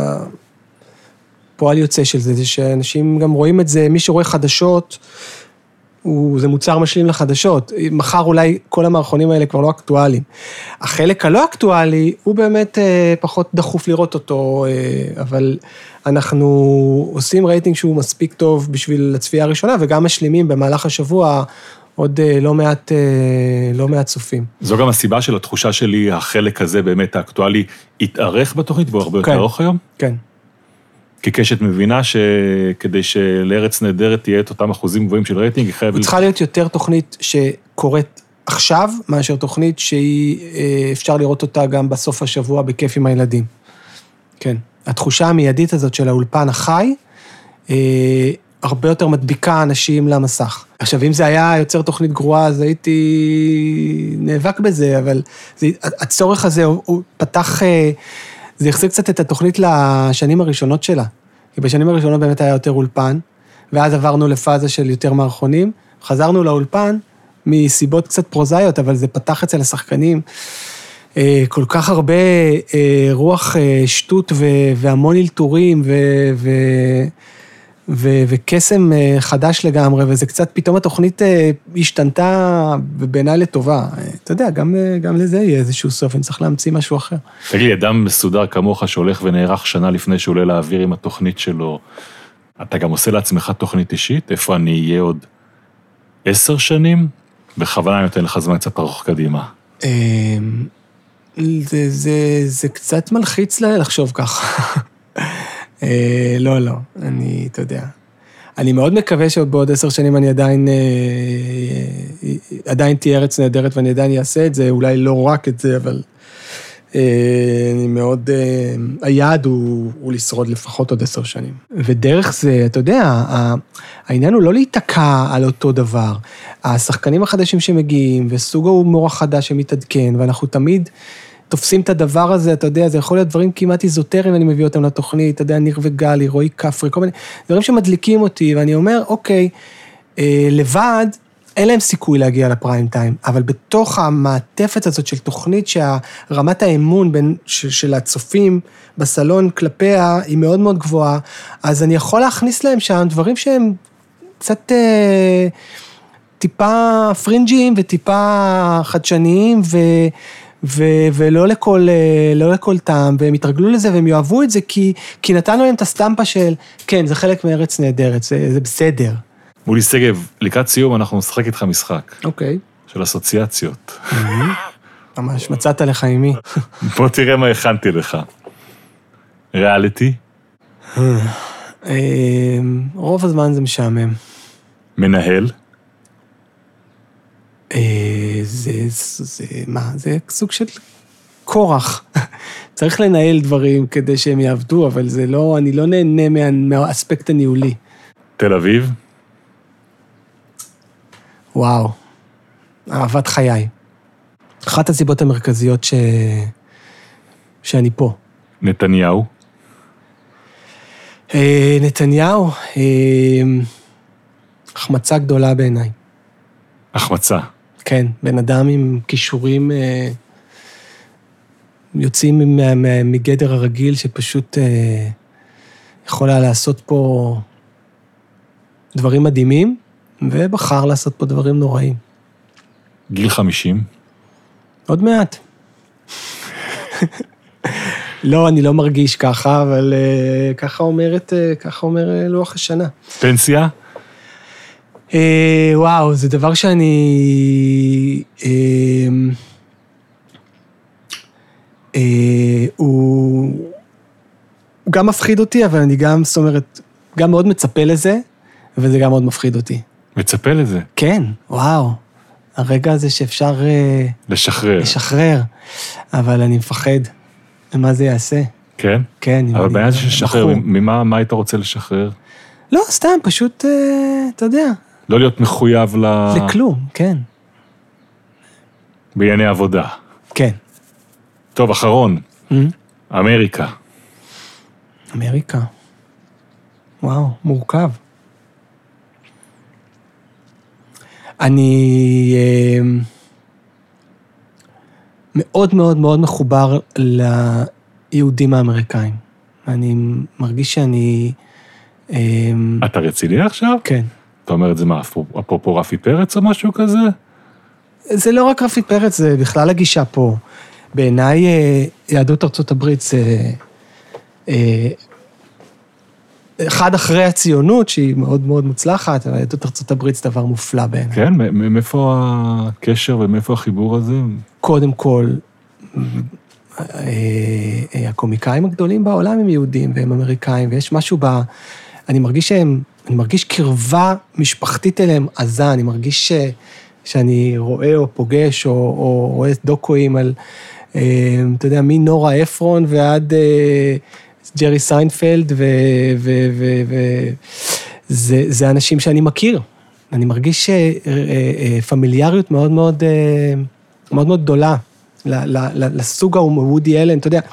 B: הפועל יוצא של זה, זה שאנשים גם רואים את זה, מי שרואה חדשות, הוא, זה מוצר משלים לחדשות. מחר אולי כל המערכונים האלה כבר לא אקטואליים. החלק הלא אקטואלי הוא באמת אה, פחות דחוף לראות אותו, אה, אבל אנחנו עושים רייטינג שהוא מספיק טוב בשביל הצפייה הראשונה, וגם משלימים במהלך השבוע עוד אה, לא מעט, אה, לא מעט צופים.
A: זו גם הסיבה של התחושה שלי, החלק הזה באמת האקטואלי, יתארך בתוכנית והוא הרבה יותר ארוך היום?
B: כן.
A: כי קשת מבינה שכדי שלארץ נהדרת תהיה את אותם אחוזים גבוהים של רייטינג, היא חייבת...
B: צריכה להיות יותר תוכנית שקורית עכשיו, מאשר תוכנית שהיא, אפשר לראות אותה גם בסוף השבוע בכיף עם הילדים. כן. התחושה המיידית הזאת של האולפן החי, הרבה יותר מדביקה אנשים למסך. עכשיו, אם זה היה יוצר תוכנית גרועה, אז הייתי נאבק בזה, אבל זה, הצורך הזה, הוא, הוא פתח, זה יחזיר קצת את התוכנית לשנים הראשונות שלה. כי בשנים הראשונות באמת היה יותר אולפן, ואז עברנו לפאזה של יותר מערכונים, חזרנו לאולפן מסיבות קצת פרוזאיות, אבל זה פתח אצל השחקנים כל כך הרבה רוח שטות והמון אלתורים וקסם חדש לגמרי, וזה קצת, פתאום התוכנית השתנתה בעיניי לטובה. אתה יודע, גם, גם לזה יהיה איזשהו סוף, אני צריך להמציא משהו אחר.
A: תגיד לי, אדם מסודר כמוך שהולך ונערך שנה לפני שהוא עולה להעביר עם התוכנית שלו, אתה גם עושה לעצמך תוכנית אישית? איפה אני אהיה עוד עשר שנים? בכוונה אני נותן לך זמן קצת ארוך קדימה.
B: זה, זה, זה קצת מלחיץ לחשוב ככה. לא, לא, אני, אתה יודע. אני מאוד מקווה שעוד בעוד עשר שנים אני עדיין, עדיין תהיה ארץ נהדרת ואני עדיין אעשה את זה, אולי לא רק את זה, אבל אני מאוד, היעד הוא, הוא לשרוד לפחות עוד עשר שנים. ודרך זה, אתה יודע, העניין הוא לא להתעקע על אותו דבר. השחקנים החדשים שמגיעים, וסוג ההומור החדש שמתעדכן, ואנחנו תמיד תופסים את הדבר הזה, אתה יודע, זה יכול להיות דברים כמעט איזוטריים, אני מביא אותם לתוכנית, אתה יודע, ניר וגלי, רועי כפרי, כל מיני דברים שמדליקים אותי, ואני אומר, אוקיי, לבד, אין להם סיכוי להגיע לפריים טיים, אבל בתוך המעטפת הזאת של תוכנית שהרמת האמון בין, של, של הצופים בסלון כלפיה היא מאוד מאוד גבוהה, אז אני יכול להכניס להם שם דברים שהם קצת אה, טיפה פרינג'יים וטיפה חדשניים ו... ו- ולא לכל, לא לכל טעם, והם יתרגלו לזה והם יאהבו את זה, כי, כי נתנו להם את הסטמפה של, כן, זה חלק מארץ נהדרת, זה, זה בסדר.
A: מולי שגב, לקראת סיום אנחנו נשחק איתך משחק.
B: אוקיי.
A: של אסוציאציות.
B: ממש, מצאת לך עם מי.
A: בוא תראה מה הכנתי לך. ריאליטי?
B: רוב הזמן זה משעמם.
A: מנהל?
B: זה, זה, מה, זה סוג של כורח. צריך לנהל דברים כדי שהם יעבדו, אבל זה לא, אני לא נהנה מה, מהאספקט הניהולי.
A: תל אביב?
B: וואו, אהבת חיי. אחת הסיבות המרכזיות ש... שאני פה.
A: נתניהו?
B: נתניהו, החמצה גדולה בעיניי.
A: החמצה.
B: כן, בן אדם עם כישורים יוצאים מגדר הרגיל, שפשוט יכול היה לעשות פה דברים מדהימים, ובחר לעשות פה דברים נוראים.
A: גיל חמישים?
B: עוד מעט. לא, אני לא מרגיש ככה, אבל ככה אומרת, ככה אומר לוח השנה.
A: פנסיה?
B: וואו, זה דבר שאני... הוא גם מפחיד אותי, אבל אני גם, זאת אומרת, גם מאוד מצפה לזה, וזה גם מאוד מפחיד אותי.
A: מצפה לזה?
B: כן, וואו. הרגע הזה שאפשר...
A: לשחרר.
B: לשחרר, אבל אני מפחד. ומה זה יעשה?
A: כן?
B: כן.
A: אבל בעיה זה לשחרר, ממה מה היית רוצה לשחרר?
B: לא, סתם, פשוט, אתה יודע.
A: לא להיות מחויב ל...
B: לכלום, כן.
A: בענייני עבודה.
B: כן.
A: טוב, אחרון. אמריקה.
B: אמריקה. וואו, מורכב. אני מאוד מאוד מאוד מחובר ליהודים האמריקאים. אני מרגיש שאני...
A: אתה רציני עכשיו?
B: כן.
A: אתה אומר את זה מה, אפרופו רפי פרץ או משהו כזה?
B: זה לא רק רפי פרץ, זה בכלל הגישה פה. בעיניי יהדות ארצות הברית זה... אחד אחרי הציונות, שהיא מאוד מאוד מוצלחת, אבל יהדות ארצות הברית זה דבר מופלא בעיניי.
A: כן, מאיפה הקשר ומאיפה החיבור הזה?
B: קודם כל, הקומיקאים הגדולים בעולם הם יהודים והם אמריקאים, ויש משהו ב... אני מרגיש שהם, אני מרגיש קרבה משפחתית אליהם עזה, אני מרגיש שאני רואה או פוגש, או, או רואה דוקואים על, אתה יודע, מנורה אפרון ועד ג'רי סיינפלד, ו, ו, ו, ו, זה, זה אנשים שאני מכיר. אני מרגיש פמיליאריות מאוד מאוד, מאוד מאוד גדולה, לסוג וודי אלן, אתה יודע,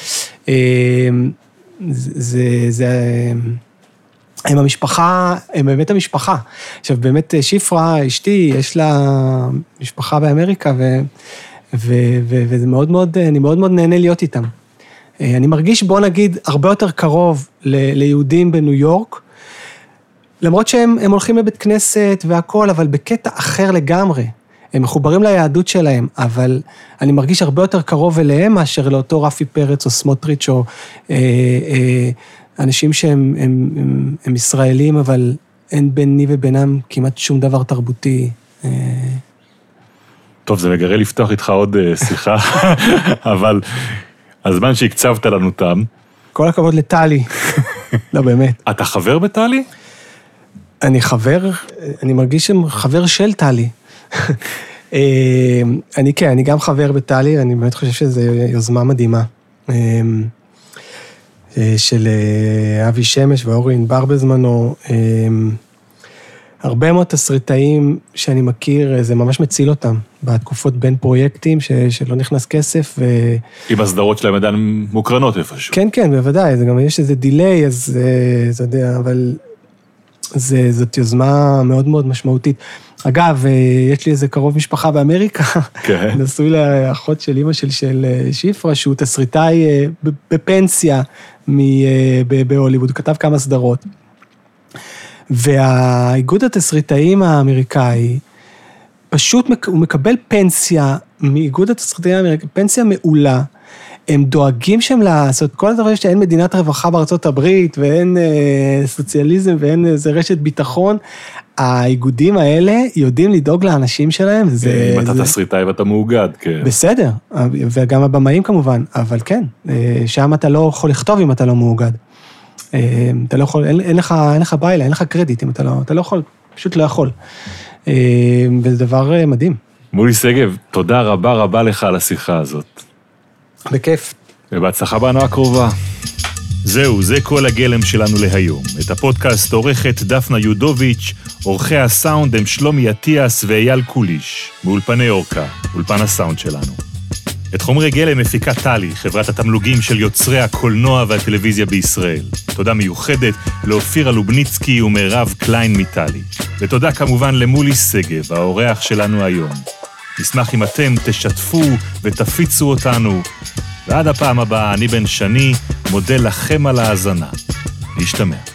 B: זה, זה, הם המשפחה, הם באמת המשפחה. עכשיו, באמת שפרה, אשתי, יש לה משפחה באמריקה, ו, ו, ו, וזה מאוד מאוד, אני מאוד מאוד נהנה להיות איתם. אני מרגיש, בוא נגיד, הרבה יותר קרוב ל, ליהודים בניו יורק, למרות שהם הם הולכים לבית כנסת והכל, אבל בקטע אחר לגמרי. הם מחוברים ליהדות שלהם, אבל אני מרגיש הרבה יותר קרוב אליהם, מאשר לאותו רפי פרץ או סמוטריץ' או אה, אה, אנשים שהם הם, הם, הם ישראלים, אבל אין ביני ובינם כמעט שום דבר תרבותי. אה...
A: טוב, זה מגרה לפתוח איתך עוד שיחה, אבל הזמן שהקצבת לנו תם.
B: כל הכבוד לטלי. לא, באמת.
A: אתה חבר בטלי?
B: אני חבר, אני מרגיש שם חבר של טלי. אני כן, אני גם חבר בטלי, אני באמת חושב שזו יוזמה מדהימה. של אבי שמש ואורי ענבר בזמנו. הרבה מאוד תסריטאים שאני מכיר, זה ממש מציל אותם, בתקופות בין פרויקטים ש, שלא נכנס כסף. ו...
A: עם הסדרות שלהם עדיין מוקרנות איפשהו.
B: כן, כן, בוודאי, זה גם יש איזה דיליי, אז זה יודע, אבל זה, זאת יוזמה מאוד מאוד משמעותית. אגב, יש לי איזה קרוב משפחה באמריקה, כן. נשוי לאחות של אמא של, של שפרה, שהוא תסריטאי בפנסיה בהוליווד, הוא כתב כמה סדרות. והאיגוד התסריטאים האמריקאי, פשוט הוא מקבל פנסיה מאיגוד התסריטאים האמריקאי, פנסיה מעולה, הם דואגים שם לעשות כל הדבר שאין מדינת רווחה בארצות הברית, ואין אה, סוציאליזם, ואין איזה רשת ביטחון, האיגודים האלה יודעים לדאוג לאנשים שלהם. זה,
A: אם אתה
B: זה...
A: תסריטאי ואתה מאוגד, כן.
B: בסדר, וגם הבמאים כמובן, אבל כן, שם אתה לא יכול לכתוב אם אתה לא מאוגד. אתה לא יכול, אין, אין לך, אין לך בעיה, אין לך קרדיט אם אתה לא, אתה לא יכול, פשוט לא יכול. וזה דבר מדהים.
A: מולי שגב, תודה רבה רבה לך על השיחה הזאת.
B: בכיף.
A: ובהצלחה בעונה הקרובה. זהו, זה כל הגלם שלנו להיום. את הפודקאסט עורכת דפנה יודוביץ', עורכי הסאונד הם שלומי אטיאס ואייל קוליש, מאולפני אורקה, אולפן הסאונד שלנו. את חומרי גלם מפיקה טלי, חברת התמלוגים של יוצרי הקולנוע והטלוויזיה בישראל. תודה מיוחדת לאופירה לובניצקי ומירב קליין מטלי. ותודה כמובן למולי שגב, האורח שלנו היום. נשמח אם אתם תשתפו ותפיצו אותנו. ועד הפעם הבאה, אני בן שני, מודה לכם על ההאזנה. להשתמע.